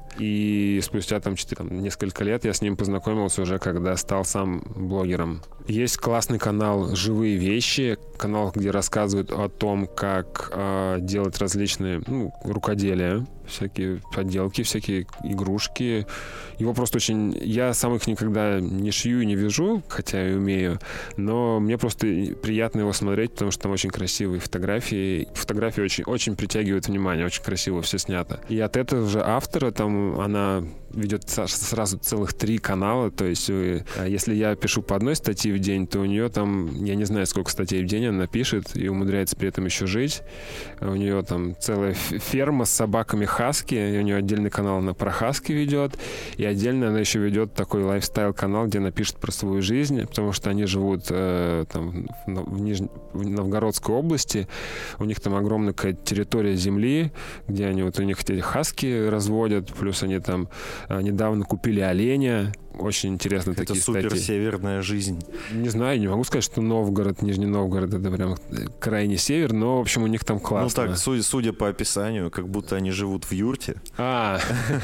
и спустя там, четыре, там несколько лет я с ним познакомился уже, когда стал сам блогером. Есть классный канал «Живые вещи», канал, где рассказывают о том, как э, делать различные ну, рукоделия, всякие поделки, всякие игрушки. Его просто очень... Я сам их никогда не шью и не вяжу, хотя и умею, но мне просто приятно его смотреть, потому что там очень красивые фотографии. Фотографии очень, очень притягивают внимание, очень красиво все снято. И от этого же автора там она ведет сразу целых три канала, то есть если я пишу по одной статье в день, то у нее там, я не знаю, сколько статей в день она пишет и умудряется при этом еще жить. У нее там целая ферма с собаками хаски, и у нее отдельный канал она про хаски ведет, и отдельно она еще ведет такой лайфстайл-канал, где она пишет про свою жизнь, потому что они живут э, там в, Ниж... в Новгородской области, у них там огромная какая-то территория земли, где они вот у них эти хаски разводят, плюс они там э, недавно купили оленя. Очень интересно это такие статьи. Это суперсеверная жизнь. Не знаю, не могу сказать, что Новгород, Нижний Новгород, это прям крайний север, но, в общем, у них там классно. Ну так, судя, судя по описанию, как будто они живут в юрте. А.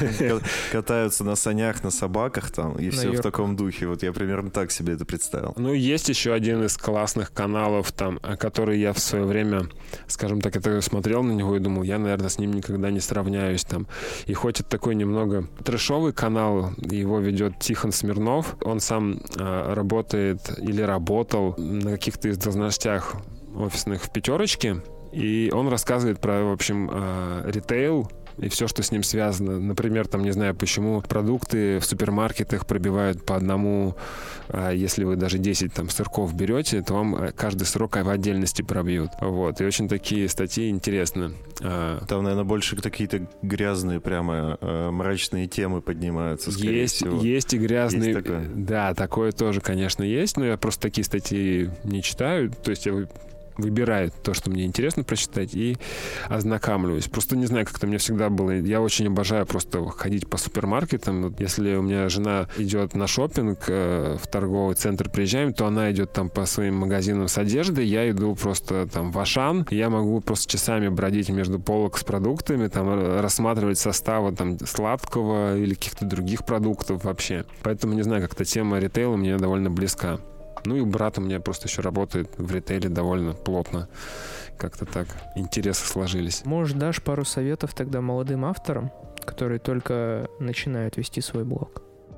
Катаются на санях, на собаках там, и все в таком духе. Вот я примерно так себе это представил. Ну, есть еще один из классных каналов, там, который я в свое время, скажем так, это смотрел на него и думал, я, наверное, с ним никогда не сравняюсь там. И хоть это такой немного трэшовый канал, его ведет Тихон Смирнов. Он сам э, работает или работал на каких-то из должностях офисных в «Пятерочке». И он рассказывает про, в общем, э, ритейл и все, что с ним связано. Например, там, не знаю, почему продукты в супермаркетах пробивают по одному, а если вы даже десять там сырков берете, то вам каждый сырок в отдельности пробьют. Вот. И очень такие статьи интересны. Там, наверное, больше какие-то грязные, прямо э, мрачные темы поднимаются, скорее есть, всего. Есть и грязные. Есть такое? Да, такое тоже, конечно, есть, но я просто такие статьи не читаю. То есть я выбираю то, что мне интересно прочитать, и ознакомливаюсь. Просто не знаю, как-то мне всегда было... Я очень обожаю просто ходить по супермаркетам. Если у меня жена идет на шопинг, э, в торговый центр приезжаем, то она идет там по своим магазинам с одеждой, я иду просто там в Ашан, и я могу просто часами бродить между полок с продуктами, там рассматривать составы там сладкого или каких-то других продуктов вообще. Поэтому, не знаю, как-то тема ритейла мне довольно близка. Ну и брат у меня просто еще работает в ритейле довольно плотно. Как-то так интересы сложились. Может, дашь пару советов тогда молодым авторам, которые только начинают вести свой блог?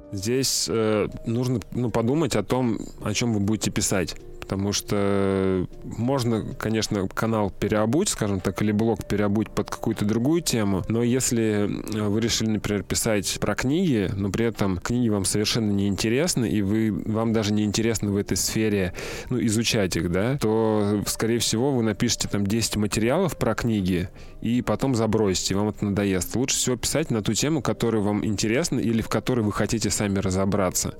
Здесь э, нужно ну, подумать о том, о чем вы будете писать. Потому что можно, конечно, канал переобуть, скажем так, или блог переобуть под какую-то другую тему, но если вы решили, например, писать про книги, но при этом книги вам совершенно не интересны, и вы, вам даже не интересно в этой сфере ну, изучать их, да, то, скорее всего, вы напишите там десять материалов про книги и потом забросите, вам это надоест. Лучше всего писать на ту тему, которая вам интересна или в которой вы хотите сами разобраться.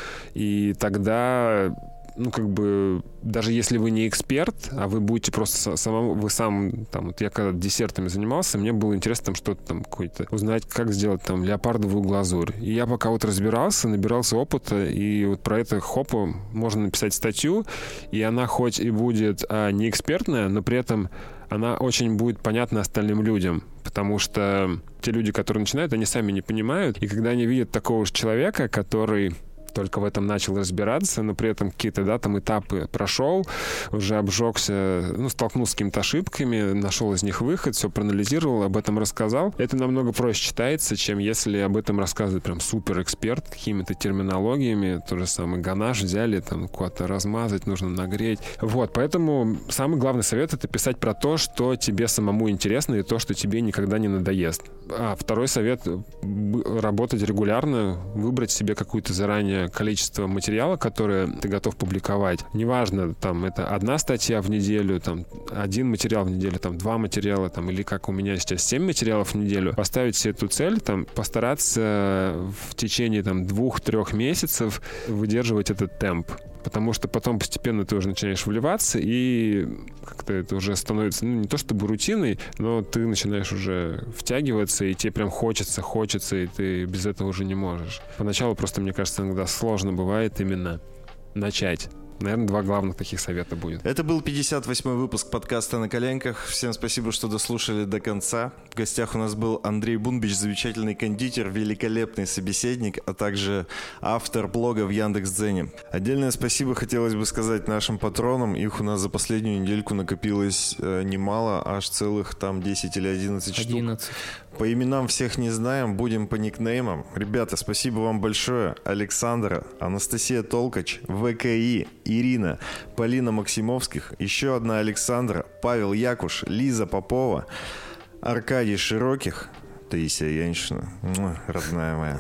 И тогда... Ну, как бы, даже если вы не эксперт, а вы будете просто самому, вы сам, там, вот я когда диссертами занимался, мне было интересно там что-то там какое-то, узнать, как сделать там леопардовую глазурь. И я пока вот разбирался, набирался опыта, и вот про это хопу можно написать статью, и она хоть и будет а, не экспертная, но при этом она очень будет понятна остальным людям, потому что те люди, которые начинают, они сами не понимают, и когда они видят такого же человека, который... только в этом начал разбираться, но при этом какие-то, да, там этапы прошел, уже обжегся, ну, столкнулся с какими-то ошибками, нашел из них выход, все проанализировал, об этом рассказал. Это намного проще читается, чем если об этом рассказывает прям суперэксперт, какими-то терминологиями, то же самое ганаш взяли, там, куда-то размазать, нужно нагреть. Вот, поэтому самый главный совет — это писать про то, что тебе самому интересно, и то, что тебе никогда не надоест. А второй совет — работать регулярно, выбрать себе какую-то заранее количество материала, которое ты готов публиковать. Неважно, там, это одна статья в неделю, там, один материал в неделю, там, два материала, там, или как у меня сейчас семь материалов в неделю. Поставить себе эту цель, там, постараться в течение, там, двух-трех месяцев выдерживать этот темп. Потому что потом постепенно ты уже начинаешь вливаться, и как-то это уже становится, ну, не то чтобы рутиной, но ты начинаешь уже втягиваться, и тебе прям хочется, хочется, и ты без этого уже не можешь. Поначалу просто, мне кажется, иногда сложно бывает именно начать. Наверное, два главных таких совета будет. Это был пятьдесят восьмой выпуск подкаста «На коленках». Всем спасибо, что дослушали до конца. В гостях у нас был Андрей Бунбич, замечательный кондитер, великолепный собеседник, а также автор блога в Яндекс.Дзене. Отдельное спасибо хотелось бы сказать нашим патронам. Их у нас за последнюю недельку накопилось э, немало, аж целых там десять или одиннадцать штук. одиннадцать. По именам всех не знаем, будем по никнеймам. Ребята, спасибо вам большое. Александра, Анастасия Толкач, ВКИ, Ирина, Полина Максимовских, еще одна Александра, Павел Якуш, Лиза Попова, Аркадий Широких, Таисия Яньшина, родная моя.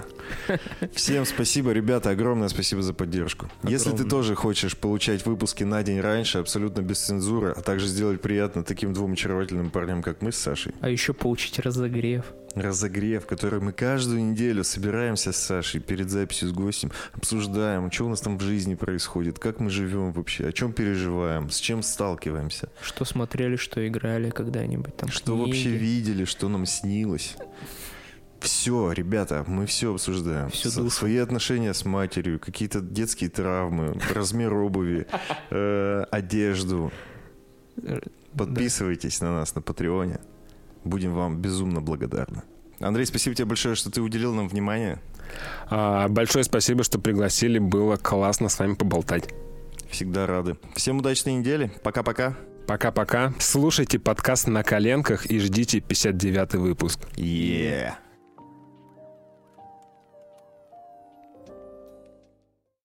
Всем спасибо, ребята, огромное спасибо за поддержку. Огромное. Если ты тоже хочешь получать выпуски на день раньше, абсолютно без цензуры, а также сделать приятно таким двум очаровательным парням, как мы с Сашей. А еще получить разогрев. Разогрев, который мы каждую неделю собираемся с Сашей перед записью с гостем, обсуждаем, что у нас там в жизни происходит, как мы живем вообще, о чем переживаем, с чем сталкиваемся. Что смотрели, что играли когда-нибудь там. Что книги. Вообще видели, что нам снилось. Все, ребята, мы все обсуждаем. Всю С- свои отношения с матерью, какие-то детские травмы, размер обуви, э, одежду. Подписывайтесь на нас на Патреоне. Будем вам безумно благодарны. Андрей, спасибо тебе большое, что ты уделил нам внимание. А, большое спасибо, что пригласили. Было классно с вами поболтать. Всегда рады. Всем удачной недели. Пока-пока. Пока-пока. Слушайте подкаст «На коленках» и ждите пятьдесят девятый выпуск. Yeah.